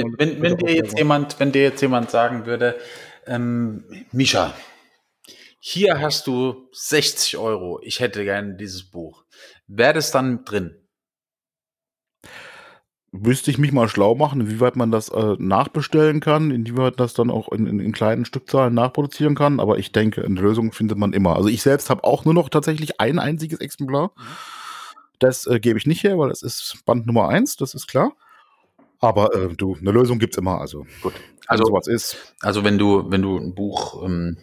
Speaker 2: dir jetzt jemand sagen würde, Mischa, hier hast du 60 €, ich hätte gerne dieses Buch. Wäre das dann drin?
Speaker 1: Müsste ich mich mal schlau machen, inwieweit man das nachbestellen kann, inwieweit das dann auch in kleinen Stückzahlen nachproduzieren kann. Aber ich denke, eine Lösung findet man immer. Also ich selbst habe auch nur noch tatsächlich ein einziges Exemplar. Das gebe ich nicht her, weil das ist Band Nummer 1, das ist klar. Aber eine Lösung gibt's immer. Also
Speaker 2: gut.
Speaker 1: Also sowas ist.
Speaker 2: Also wenn du ein Buch,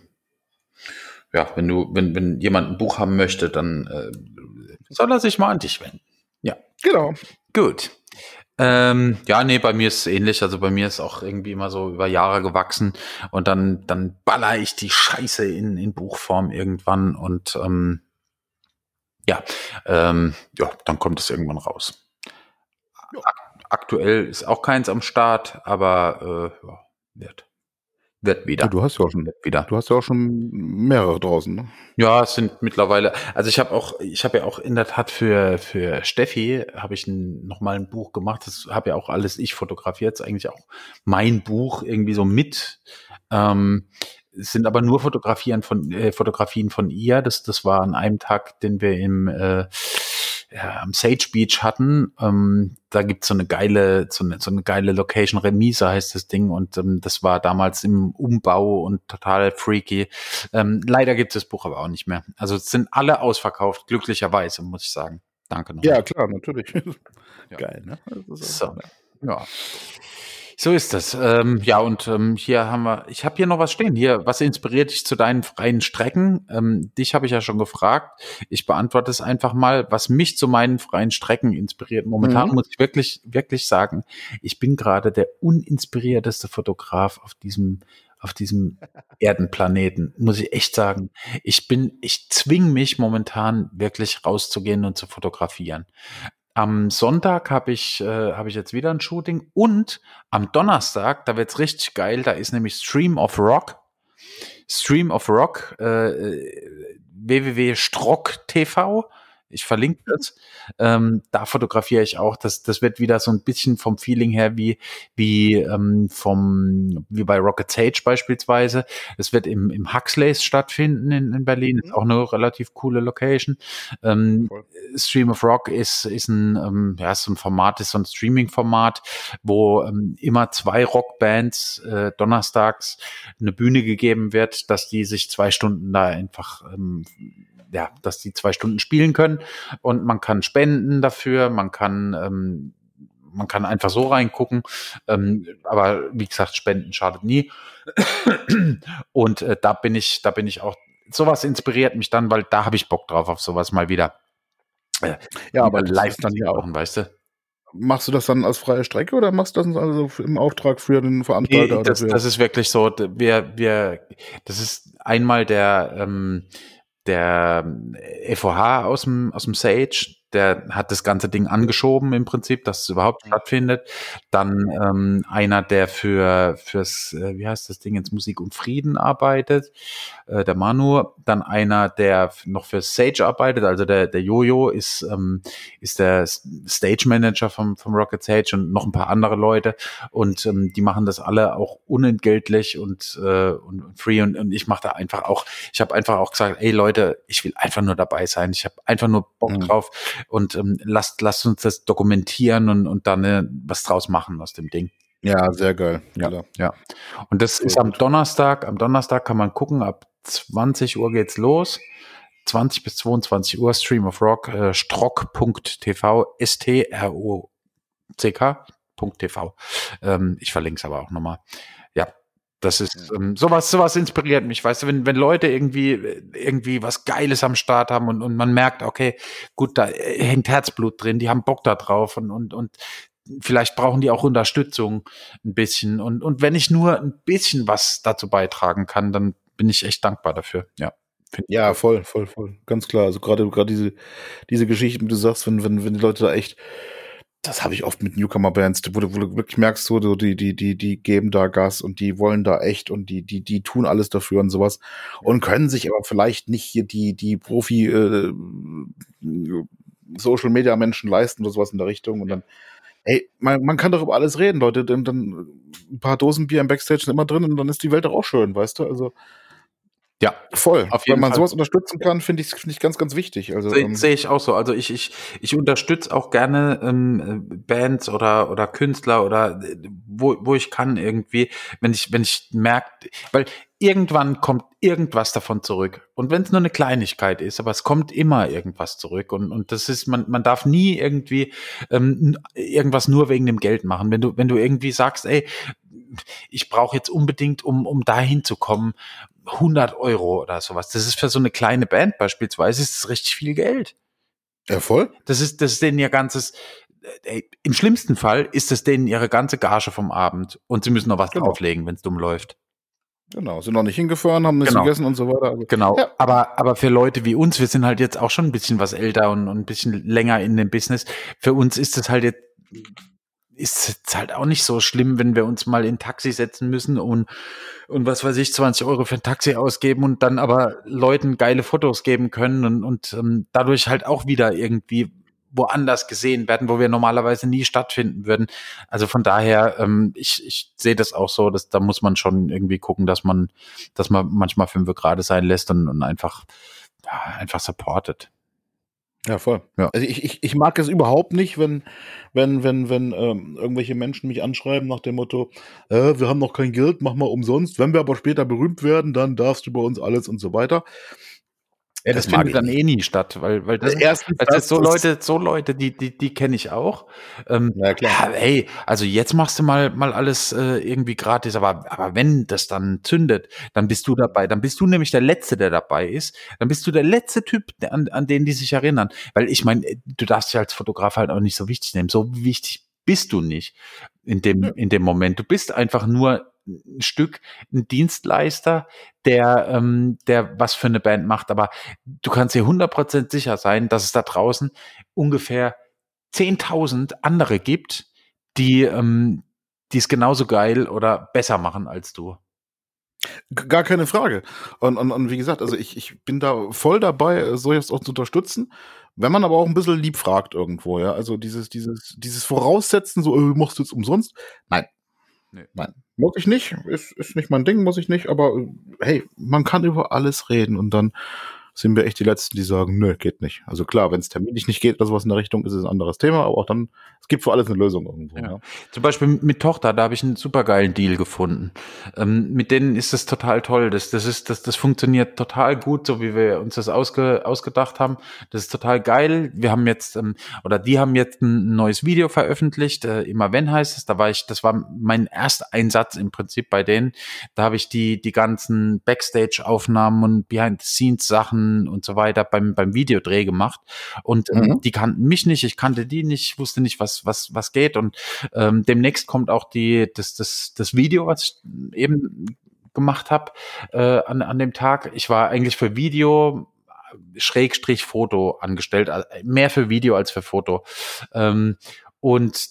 Speaker 2: wenn jemand ein Buch haben möchte, dann soll er sich mal an dich wenden. Ja.
Speaker 1: Genau.
Speaker 2: Gut. Bei mir ist es ähnlich. Also bei mir ist auch irgendwie immer so über Jahre gewachsen und dann baller ich die Scheiße in Buchform irgendwann und dann kommt es irgendwann raus. Ja. Aktuell ist auch keins am Start, aber wird wieder.
Speaker 1: Du hast ja auch schon mehrere draußen, ne?
Speaker 2: Ja, es sind mittlerweile, also ich habe ja auch in der Tat für Steffi habe ich nochmal ein Buch gemacht, das habe ja auch alles ich fotografiert, ist eigentlich auch mein Buch irgendwie so mit, es sind aber nur Fotografien von ihr, das war an einem Tag, den wir am Sage Beach hatten, da gibt's so eine geile Location, Remise heißt das Ding und das war damals im Umbau und total freaky. Leider gibt es das Buch aber auch nicht mehr. Also es sind alle ausverkauft, glücklicherweise, muss ich sagen. Danke noch.
Speaker 1: Ja, klar, natürlich.
Speaker 2: Ja.
Speaker 1: Geil, ne?
Speaker 2: So, ja. So ist das. Hier haben wir, ich habe hier noch was stehen. Hier, was inspiriert dich zu deinen freien Strecken? Dich habe ich ja schon gefragt. Ich beantworte es einfach mal. Was mich zu meinen freien Strecken inspiriert. Momentan muss ich wirklich, wirklich sagen, ich bin gerade der uninspirierteste Fotograf auf diesem auf diesem Erdenplaneten, muss ich echt sagen. Ich zwing mich momentan wirklich rauszugehen und zu fotografieren. Am Sonntag hab ich jetzt wieder ein Shooting und am Donnerstag, da wird's richtig geil, da ist nämlich Stream of Rock. Stream of Rock, www.strock.tv. Ich verlinke das. Da fotografiere ich auch. Das wird wieder so ein bisschen vom Feeling her wie bei Rocket Sage beispielsweise. Es wird im Huxleys stattfinden in Berlin. Ist auch eine relativ coole Location.
Speaker 1: Voll.
Speaker 2: Stream of Rock ist so ein Format, ist so ein Streaming-Format, wo immer 2 Rockbands donnerstags eine Bühne gegeben wird, dass die sich 2 Stunden da einfach dass die 2 Stunden spielen können und man kann spenden dafür, man kann einfach so reingucken, aber wie gesagt, Spenden schadet nie. Und da bin ich auch, sowas inspiriert mich dann, weil da habe ich Bock drauf auf sowas mal wieder.
Speaker 1: Ja, aber
Speaker 2: live
Speaker 1: dann ja auch.
Speaker 2: machen, weißt du?
Speaker 1: Machst du das dann als freie Strecke oder machst du das also im Auftrag für den Veranstalter?
Speaker 2: Nee, das ist wirklich so, das ist einmal der FOH aus dem Sage, der hat das ganze Ding angeschoben im Prinzip, dass es überhaupt stattfindet. Dann einer, der fürs wie heißt das Ding jetzt, Musik und Frieden arbeitet, der Manu. Dann einer, der noch für Sage arbeitet, also der Jojo ist der Stage Manager vom Rocket Sage und noch ein paar andere Leute und die machen das alle auch unentgeltlich und free und ich mache da einfach auch, ich habe einfach auch gesagt, ey Leute, ich will einfach nur dabei sein, ich habe einfach nur Bock drauf und lasst uns das dokumentieren und dann was draus machen aus dem Ding.
Speaker 1: Ja, sehr geil.
Speaker 2: Ja. Und das ist am Donnerstag. Am Donnerstag kann man gucken, ab 20 Uhr geht's los. 20 bis 22 Uhr, Stream of Rock, strock.tv, strock.tv. Ich verlinke es aber auch nochmal. Ja, das ist, sowas inspiriert mich, weißt du, wenn Leute irgendwie was Geiles am Start haben und man merkt, okay, gut, da hängt Herzblut drin, die haben Bock da drauf und vielleicht brauchen die auch Unterstützung ein bisschen. Und wenn ich nur ein bisschen was dazu beitragen kann, dann bin ich echt dankbar dafür. Ja.
Speaker 1: Ja, voll. Ganz klar. Also gerade diese Geschichten, du sagst, wenn die Leute da echt, das habe ich oft mit Newcomer-Bands, wo du wirklich merkst, so, die geben da Gas und die wollen da echt und die tun alles dafür und sowas und können sich aber vielleicht nicht hier die Profi Social-Media-Menschen leisten oder sowas in der Richtung und dann, ey, man kann doch über alles reden, Leute, dann ein paar Dosen Bier im Backstage sind immer drin und dann ist die Welt doch auch schön, weißt du, also
Speaker 2: ja,
Speaker 1: voll.
Speaker 2: auf jeden
Speaker 1: Wenn man
Speaker 2: Fall
Speaker 1: sowas unterstützen kann, finde ich ganz, ganz wichtig. Also
Speaker 2: sehe ich auch so. Also ich unterstütze auch gerne Bands oder Künstler oder wo ich kann irgendwie, wenn ich merke, weil irgendwann kommt irgendwas davon zurück. Und wenn es nur eine Kleinigkeit ist, aber es kommt immer irgendwas zurück. Und das ist, man darf nie irgendwie irgendwas nur wegen dem Geld machen. Wenn du irgendwie sagst, ey, ich brauche jetzt unbedingt, um dahin zu kommen, 100 Euro oder sowas. Das ist für so eine kleine Band beispielsweise, ist das richtig viel Geld.
Speaker 1: ja, voll.
Speaker 2: Das ist denen ihr ganzes, im schlimmsten Fall ist das denen ihre ganze Gage vom Abend und sie müssen noch was drauflegen, wenn es dumm läuft.
Speaker 1: Genau, sind noch nicht hingefahren, haben nichts gegessen und so weiter. Also,
Speaker 2: genau,
Speaker 1: ja.
Speaker 2: aber für Leute wie uns, wir sind halt jetzt auch schon ein bisschen was älter und ein bisschen länger in dem Business. Für uns ist es halt jetzt halt auch nicht so schlimm, wenn wir uns mal in ein Taxi setzen müssen und was weiß ich, 20 Euro für ein Taxi ausgeben und dann aber Leuten geile Fotos geben können und dadurch halt auch wieder irgendwie woanders gesehen werden, wo wir normalerweise nie stattfinden würden. Also von daher, ich sehe das auch so, dass da muss man schon irgendwie gucken, dass man manchmal 5 gerade sein lässt und einfach supportet.
Speaker 1: Ja, voll.
Speaker 2: Ja.
Speaker 1: Also ich mag es überhaupt nicht, wenn irgendwelche Menschen mich anschreiben nach dem Motto, wir haben noch kein Geld, mach mal umsonst. Wenn wir aber später berühmt werden, dann darfst du bei uns alles und so weiter.
Speaker 2: Ja, das findet dann eh nie statt, weil das ist so Leute, die kenne ich auch.
Speaker 1: Ja, klar.
Speaker 2: Ja, ey, also jetzt machst du mal alles irgendwie gratis, aber wenn das dann zündet, dann bist du dabei. Dann bist du nämlich der Letzte, der dabei ist. Dann bist du der letzte Typ, an den die sich erinnern. Weil ich meine, du darfst dich als Fotograf halt auch nicht so wichtig nehmen. So wichtig bist du nicht in dem Moment. Du bist einfach nur ein Stück ein Dienstleister, der was für eine Band macht, aber du kannst dir 100% sicher sein, dass es da draußen ungefähr 10.000 andere gibt, die es genauso geil oder besser machen als du.
Speaker 1: Gar keine Frage. Und wie gesagt, also ich bin da voll dabei, sowas auch zu unterstützen. Wenn man aber auch ein bisschen lieb fragt irgendwo, ja. Also dieses Voraussetzen, so, machst du jetzt umsonst? Nein.
Speaker 2: Nee.
Speaker 1: Nein. Muss ich nicht. Ist nicht mein Ding, muss ich nicht. Aber hey, man kann über alles reden und dann sind wir echt die Letzten, die sagen, nö, geht nicht. Also klar, wenn es terminlich nicht geht oder sowas in der Richtung, ist es ein anderes Thema, aber auch dann, es gibt für alles eine Lösung irgendwo.
Speaker 2: Ja.
Speaker 1: Ja.
Speaker 2: Zum Beispiel mit Tochter, da habe ich einen supergeilen Deal gefunden. Mit denen ist es total toll. Das funktioniert total gut, so wie wir uns das ausgedacht haben. Das ist total geil. Wir haben jetzt, oder die haben jetzt ein neues Video veröffentlicht. Immer wenn heißt es. Das war mein erster Einsatz im Prinzip bei denen. Da habe ich die ganzen Backstage-Aufnahmen und Behind-the-Scenes-Sachen und so weiter beim Videodreh gemacht. Und die kannten mich nicht, ich kannte die nicht, wusste nicht, was geht. Und demnächst kommt auch das Video, was ich eben gemacht habe an dem Tag. Ich war eigentlich für Video / Foto angestellt, mehr für Video als für Foto. Und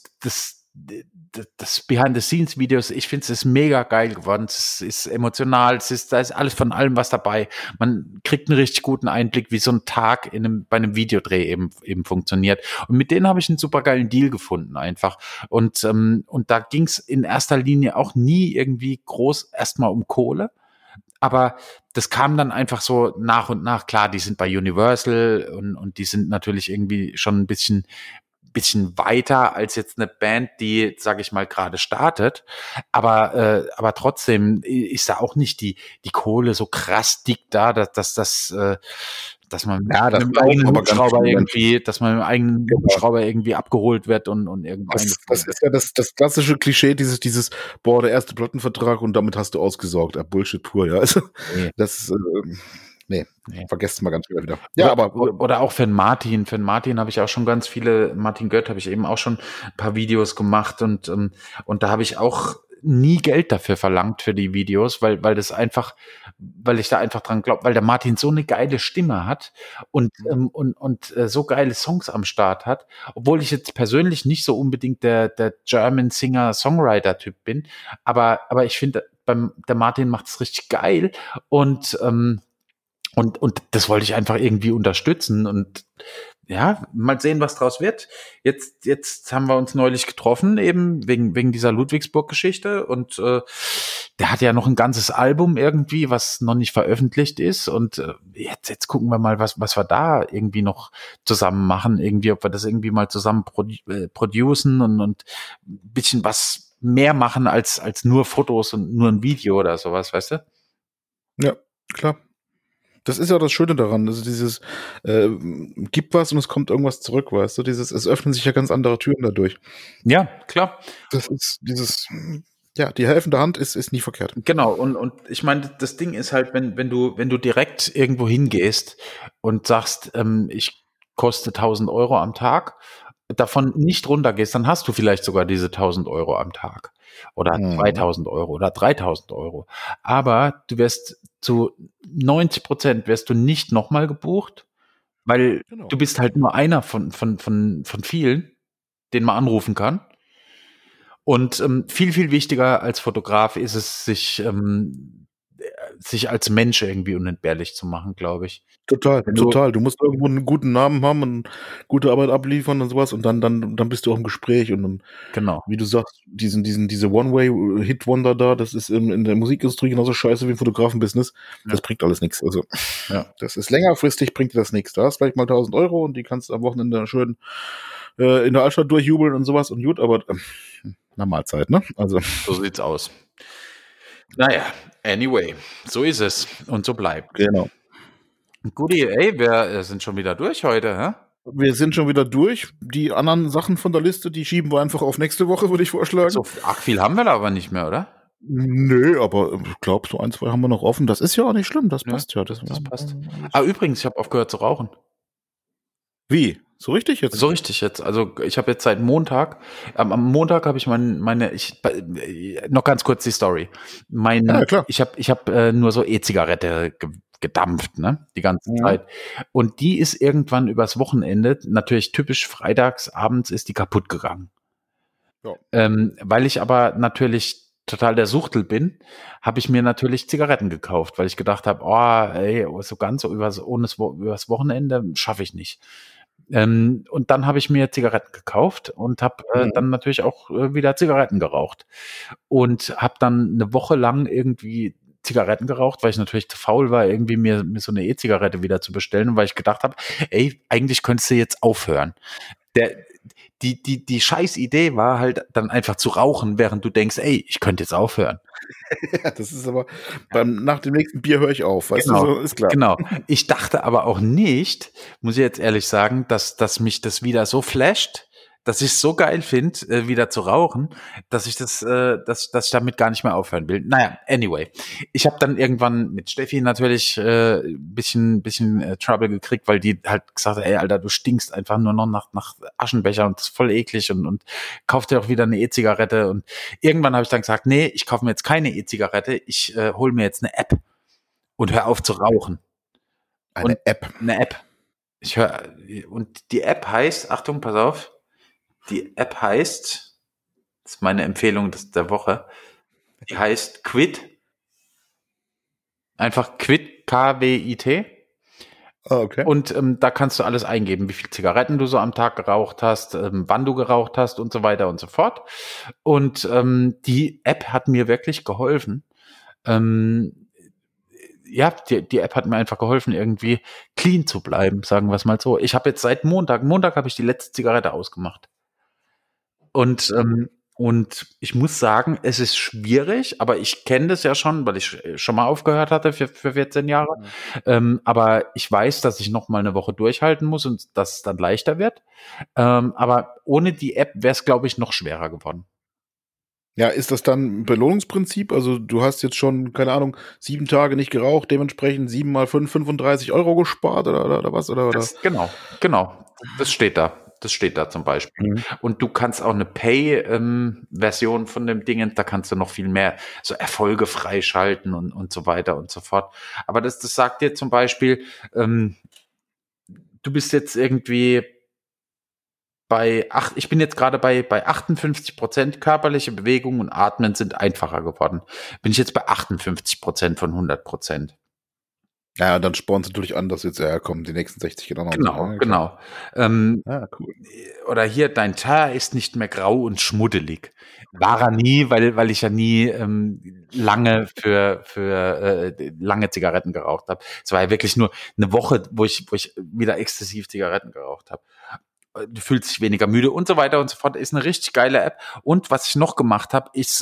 Speaker 2: das Behind-the-Scenes-Videos, ich finde, es ist mega geil geworden. Es ist emotional, da ist alles von allem was dabei. Man kriegt einen richtig guten Einblick, wie so ein Tag bei einem Videodreh eben funktioniert. Und mit denen habe ich einen super geilen Deal gefunden einfach. Und da ging es in erster Linie auch nie irgendwie groß erstmal um Kohle. Aber das kam dann einfach so nach und nach. Klar, die sind bei Universal und die sind natürlich irgendwie schon ein bisschen weiter als jetzt eine Band, die, sage ich mal, gerade startet. Aber trotzdem ist da auch nicht die Kohle so krass dick da, dass man mit einem eigenen Hubschrauber irgendwie abgeholt wird und irgendwo
Speaker 1: das ist ja das klassische Klischee, dieses boah, der erste Plattenvertrag und damit hast du ausgesorgt. Bullshit pur, ja. Also, das ist, nee, vergesst mal ganz wieder. Ja,
Speaker 2: oder auch für den Martin. Für den Martin habe ich auch schon ganz viele, Martin Gött habe ich eben auch schon ein paar Videos gemacht und da habe ich auch nie Geld dafür verlangt für die Videos, weil ich da einfach dran glaube, weil der Martin so eine geile Stimme hat und so geile Songs am Start hat, obwohl ich jetzt persönlich nicht so unbedingt der German Singer-Songwriter-Typ bin, aber ich finde, der Martin macht es richtig geil und das wollte ich einfach irgendwie unterstützen und ja, mal sehen, was draus wird. Jetzt haben wir uns neulich getroffen, eben wegen dieser Ludwigsburg-Geschichte und der hat ja noch ein ganzes Album irgendwie, was noch nicht veröffentlicht ist und jetzt gucken wir mal, was wir da irgendwie noch zusammen machen, irgendwie, ob wir das irgendwie mal zusammen producen und ein bisschen was mehr machen als nur Fotos und nur ein Video oder sowas, weißt du?
Speaker 1: Ja, klar. Das ist ja das Schöne daran, also dieses gibt was und es kommt irgendwas zurück, weißt du, es öffnen sich ja ganz andere Türen dadurch.
Speaker 2: Ja, klar.
Speaker 1: Das ist die helfende Hand ist nie verkehrt.
Speaker 2: Genau, und ich meine, das Ding ist halt, wenn du direkt irgendwo hingehst und sagst, ich koste 1.000 Euro am Tag, davon nicht runtergehst, dann hast du vielleicht sogar diese 1.000 Euro am Tag oder 2.000 Euro oder 3.000 Euro. Aber du wirst zu 90% wirst du nicht nochmal gebucht, weil du bist halt nur einer von vielen, den man anrufen kann. Und viel, viel wichtiger als Fotograf ist es, sich als Mensch irgendwie unentbehrlich zu machen, glaube ich.
Speaker 1: Total. Du musst irgendwo einen guten Namen haben und gute Arbeit abliefern und sowas und dann bist du auch im Gespräch und dann,
Speaker 2: genau,
Speaker 1: wie du sagst, diese One-Way-Hit-Wonder da, das ist in der Musikindustrie genauso scheiße wie im Fotografenbusiness. Ja. Das bringt alles nichts. Also, das ist längerfristig, bringt dir das nichts. Da hast vielleicht mal 1.000 Euro und die kannst du am Wochenende schön in der Altstadt durchjubeln und sowas und gut, aber na Mahlzeit, ne? Also.
Speaker 2: So sieht's aus. Naja, anyway, so ist es und so bleibt.
Speaker 1: Genau.
Speaker 2: Guti, ey, wir sind schon wieder durch heute, hä?
Speaker 1: Wir sind schon wieder durch. Die anderen Sachen von der Liste, die schieben wir einfach auf nächste Woche, würde ich vorschlagen.
Speaker 2: So arg viel haben wir da aber nicht mehr, oder?
Speaker 1: Nö, aber ich glaube, so 1, 2 haben wir noch offen. Das ist ja auch nicht schlimm, das passt ja.
Speaker 2: Das passt. Ah, übrigens, ich habe aufgehört zu rauchen.
Speaker 1: Wie? So richtig jetzt?
Speaker 2: So richtig jetzt. Also ich habe jetzt seit Montag, am Montag habe ich noch ganz kurz die Story.
Speaker 1: Ja, klar.
Speaker 2: Ich hab nur so E-Zigarette gedampft, ne, die ganze
Speaker 1: Mhm.
Speaker 2: Zeit. Und die ist irgendwann übers Wochenende, natürlich typisch freitags abends, ist die kaputt gegangen.
Speaker 1: Ja.
Speaker 2: Weil ich aber natürlich total der Suchtel bin, habe ich mir natürlich Zigaretten gekauft, weil ich gedacht habe, oh, ey, so ganz so übers Wochenende schaffe ich nicht. Und dann habe ich mir Zigaretten gekauft und habe
Speaker 1: Mhm.
Speaker 2: dann natürlich auch wieder Zigaretten geraucht und habe dann eine Woche lang irgendwie Zigaretten geraucht, weil ich natürlich zu faul war, irgendwie mir so eine E-Zigarette wieder zu bestellen und weil ich gedacht habe, ey, eigentlich könntest du jetzt aufhören. Der, die scheiß Idee war halt dann einfach zu rauchen, während du denkst, ey, ich könnte jetzt aufhören.
Speaker 1: Ja, das ist aber nach dem nächsten Bier höre ich auf, weißt du,
Speaker 2: Genau,
Speaker 1: so ist klar.
Speaker 2: genau. Ich dachte aber auch nicht, muss ich jetzt ehrlich sagen, dass mich das wieder so flasht, dass ich es so geil finde, wieder zu rauchen, dass ich damit gar nicht mehr aufhören will. Naja, anyway. Ich habe dann irgendwann mit Steffi natürlich bisschen Trouble gekriegt, weil die halt gesagt hat, ey, Alter, du stinkst einfach nur noch nach Aschenbecher und das ist voll eklig und kauf dir auch wieder eine E-Zigarette. Und irgendwann habe ich dann gesagt, nee, ich kaufe mir jetzt keine E-Zigarette, ich hole mir jetzt eine App und hör auf zu rauchen. Und
Speaker 1: Eine App.
Speaker 2: eine App. Und die App heißt, Achtung, pass auf, die App heißt, das ist meine Empfehlung der Woche, die heißt Quit, einfach Quit, Kwit.
Speaker 1: Ah, okay.
Speaker 2: Und da kannst du alles eingeben, wie viel Zigaretten du so am Tag geraucht hast, wann du geraucht hast und so weiter und so fort. Und die App hat mir wirklich geholfen. Ähm, ja, die App hat mir einfach geholfen, irgendwie clean zu bleiben, sagen wir es mal so. Ich habe jetzt seit Montag habe ich die letzte Zigarette ausgemacht. Und,
Speaker 1: Cool.
Speaker 2: und ich muss sagen, es ist schwierig, aber ich kenne das ja schon, weil ich schon mal aufgehört hatte für 14 Jahre.
Speaker 1: Mhm.
Speaker 2: Aber ich weiß, dass ich noch mal eine Woche durchhalten muss und dass es dann leichter wird. Aber ohne die App wäre es, glaube ich, noch schwerer geworden.
Speaker 1: Ja, ist das dann 'n Belohnungsprinzip? Also, du hast jetzt schon, keine Ahnung, 7 Tage nicht geraucht, dementsprechend 7 mal 5, 35 € gespart oder was? Oder?
Speaker 2: Genau. Das steht da. Das steht da zum Beispiel.
Speaker 1: Mhm.
Speaker 2: Und du kannst auch eine Pay-Version von dem Ding, da kannst du noch viel mehr so Erfolge freischalten und so weiter und so fort. Aber das sagt dir zum Beispiel, du bist jetzt irgendwie ich bin jetzt gerade bei 58% körperliche Bewegung und Atmen sind einfacher geworden. Bin ich jetzt bei 58% von 100%.
Speaker 1: Ja, dann spornst du natürlich an, dass jetzt ja, komm, die nächsten 60 geht auch noch und so.
Speaker 2: Genau,
Speaker 1: Ja, klar.
Speaker 2: genau. Ähm,
Speaker 1: Ah, cool.
Speaker 2: oder hier, dein Teint ist nicht mehr grau und schmuddelig. War er nie, weil ich ja nie lange für lange Zigaretten geraucht habe. Es war ja wirklich nur eine Woche, wo ich wieder exzessiv Zigaretten geraucht habe. Du fühlst dich weniger müde und so weiter und so fort. Ist eine richtig geile App. Und was ich noch gemacht habe, ist,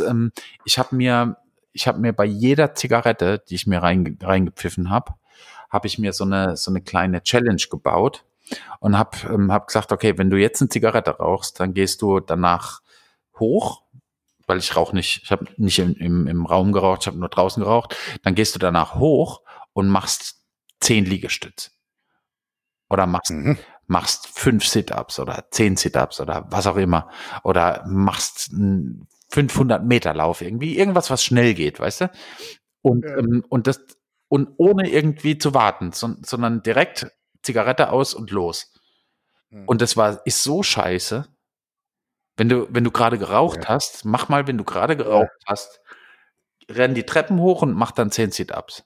Speaker 2: ich habe mir bei jeder Zigarette, die ich mir reingepfiffen habe ich mir so eine kleine Challenge gebaut und hab gesagt, okay, wenn du jetzt eine Zigarette rauchst, dann gehst du danach hoch, weil ich rauche nicht, ich habe nicht im Raum geraucht, ich habe nur draußen geraucht, dann gehst du danach hoch und machst 10 Liegestütze oder
Speaker 1: Mhm.
Speaker 2: machst 5 Sit-Ups oder 10 Sit-Ups oder was auch immer oder machst einen 500 Meter Lauf irgendwie, irgendwas, was schnell geht, weißt du?
Speaker 1: Ja.
Speaker 2: Und ohne irgendwie zu warten, sondern direkt Zigarette aus und los.
Speaker 1: Mhm.
Speaker 2: Und ist so scheiße. Wenn du gerade
Speaker 1: Ja.
Speaker 2: geraucht hast, mach mal, wenn du gerade
Speaker 1: Ja.
Speaker 2: geraucht hast, renn die Treppen hoch und mach dann 10 Sit-Ups.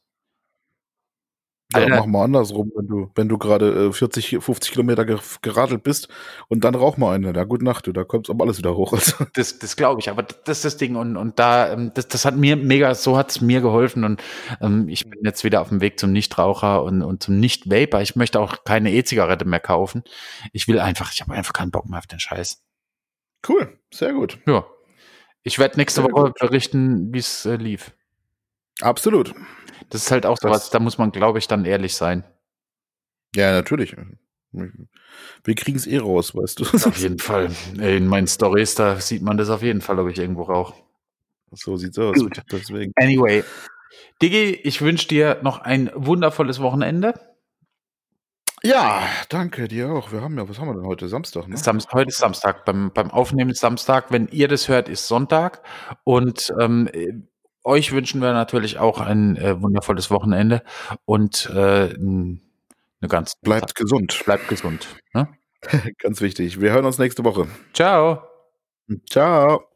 Speaker 1: Ja,
Speaker 2: Alter,
Speaker 1: mach mal andersrum, wenn du grade 40, 50 Kilometer geradelt bist und dann rauch mal eine. Ja, gute Nacht, du, da kommt's aber alles wieder hoch. Also,
Speaker 2: das glaube ich, aber das ist das Ding und da, das hat mir so hat's mir geholfen und ich bin jetzt wieder auf dem Weg zum Nichtraucher und zum Nicht-Vaper. Ich möchte auch keine E-Zigarette mehr kaufen. Ich habe einfach keinen Bock mehr auf den Scheiß.
Speaker 1: cool, sehr gut,
Speaker 2: Ja. Ich werde nächste
Speaker 1: sehr
Speaker 2: Woche
Speaker 1: gut.
Speaker 2: berichten, wie es lief.
Speaker 1: Absolut.
Speaker 2: Das ist halt auch so was,
Speaker 1: Das
Speaker 2: da muss man, glaube ich, dann ehrlich sein.
Speaker 1: ja, natürlich. Wir kriegen's eh raus, weißt du?
Speaker 2: Auf jeden Fall. In meinen Stories, da sieht man das auf jeden Fall, ob ich irgendwo rauche.
Speaker 1: So sieht's aus.
Speaker 2: Gut.
Speaker 1: Deswegen.
Speaker 2: Anyway, Diggi, ich wünsche dir noch ein wundervolles Wochenende.
Speaker 1: Ja, danke dir auch. Was haben wir denn heute? Samstag, ne?
Speaker 2: Heute ist Samstag. Beim Aufnehmen ist Samstag. Wenn ihr das hört, ist Sonntag. Und euch wünschen wir natürlich auch ein wundervolles Wochenende und eine ganz
Speaker 1: Bleibt gesund.
Speaker 2: bleibt gesund. Ne?
Speaker 1: Ganz wichtig. Wir hören uns nächste Woche.
Speaker 2: Ciao.
Speaker 1: Ciao.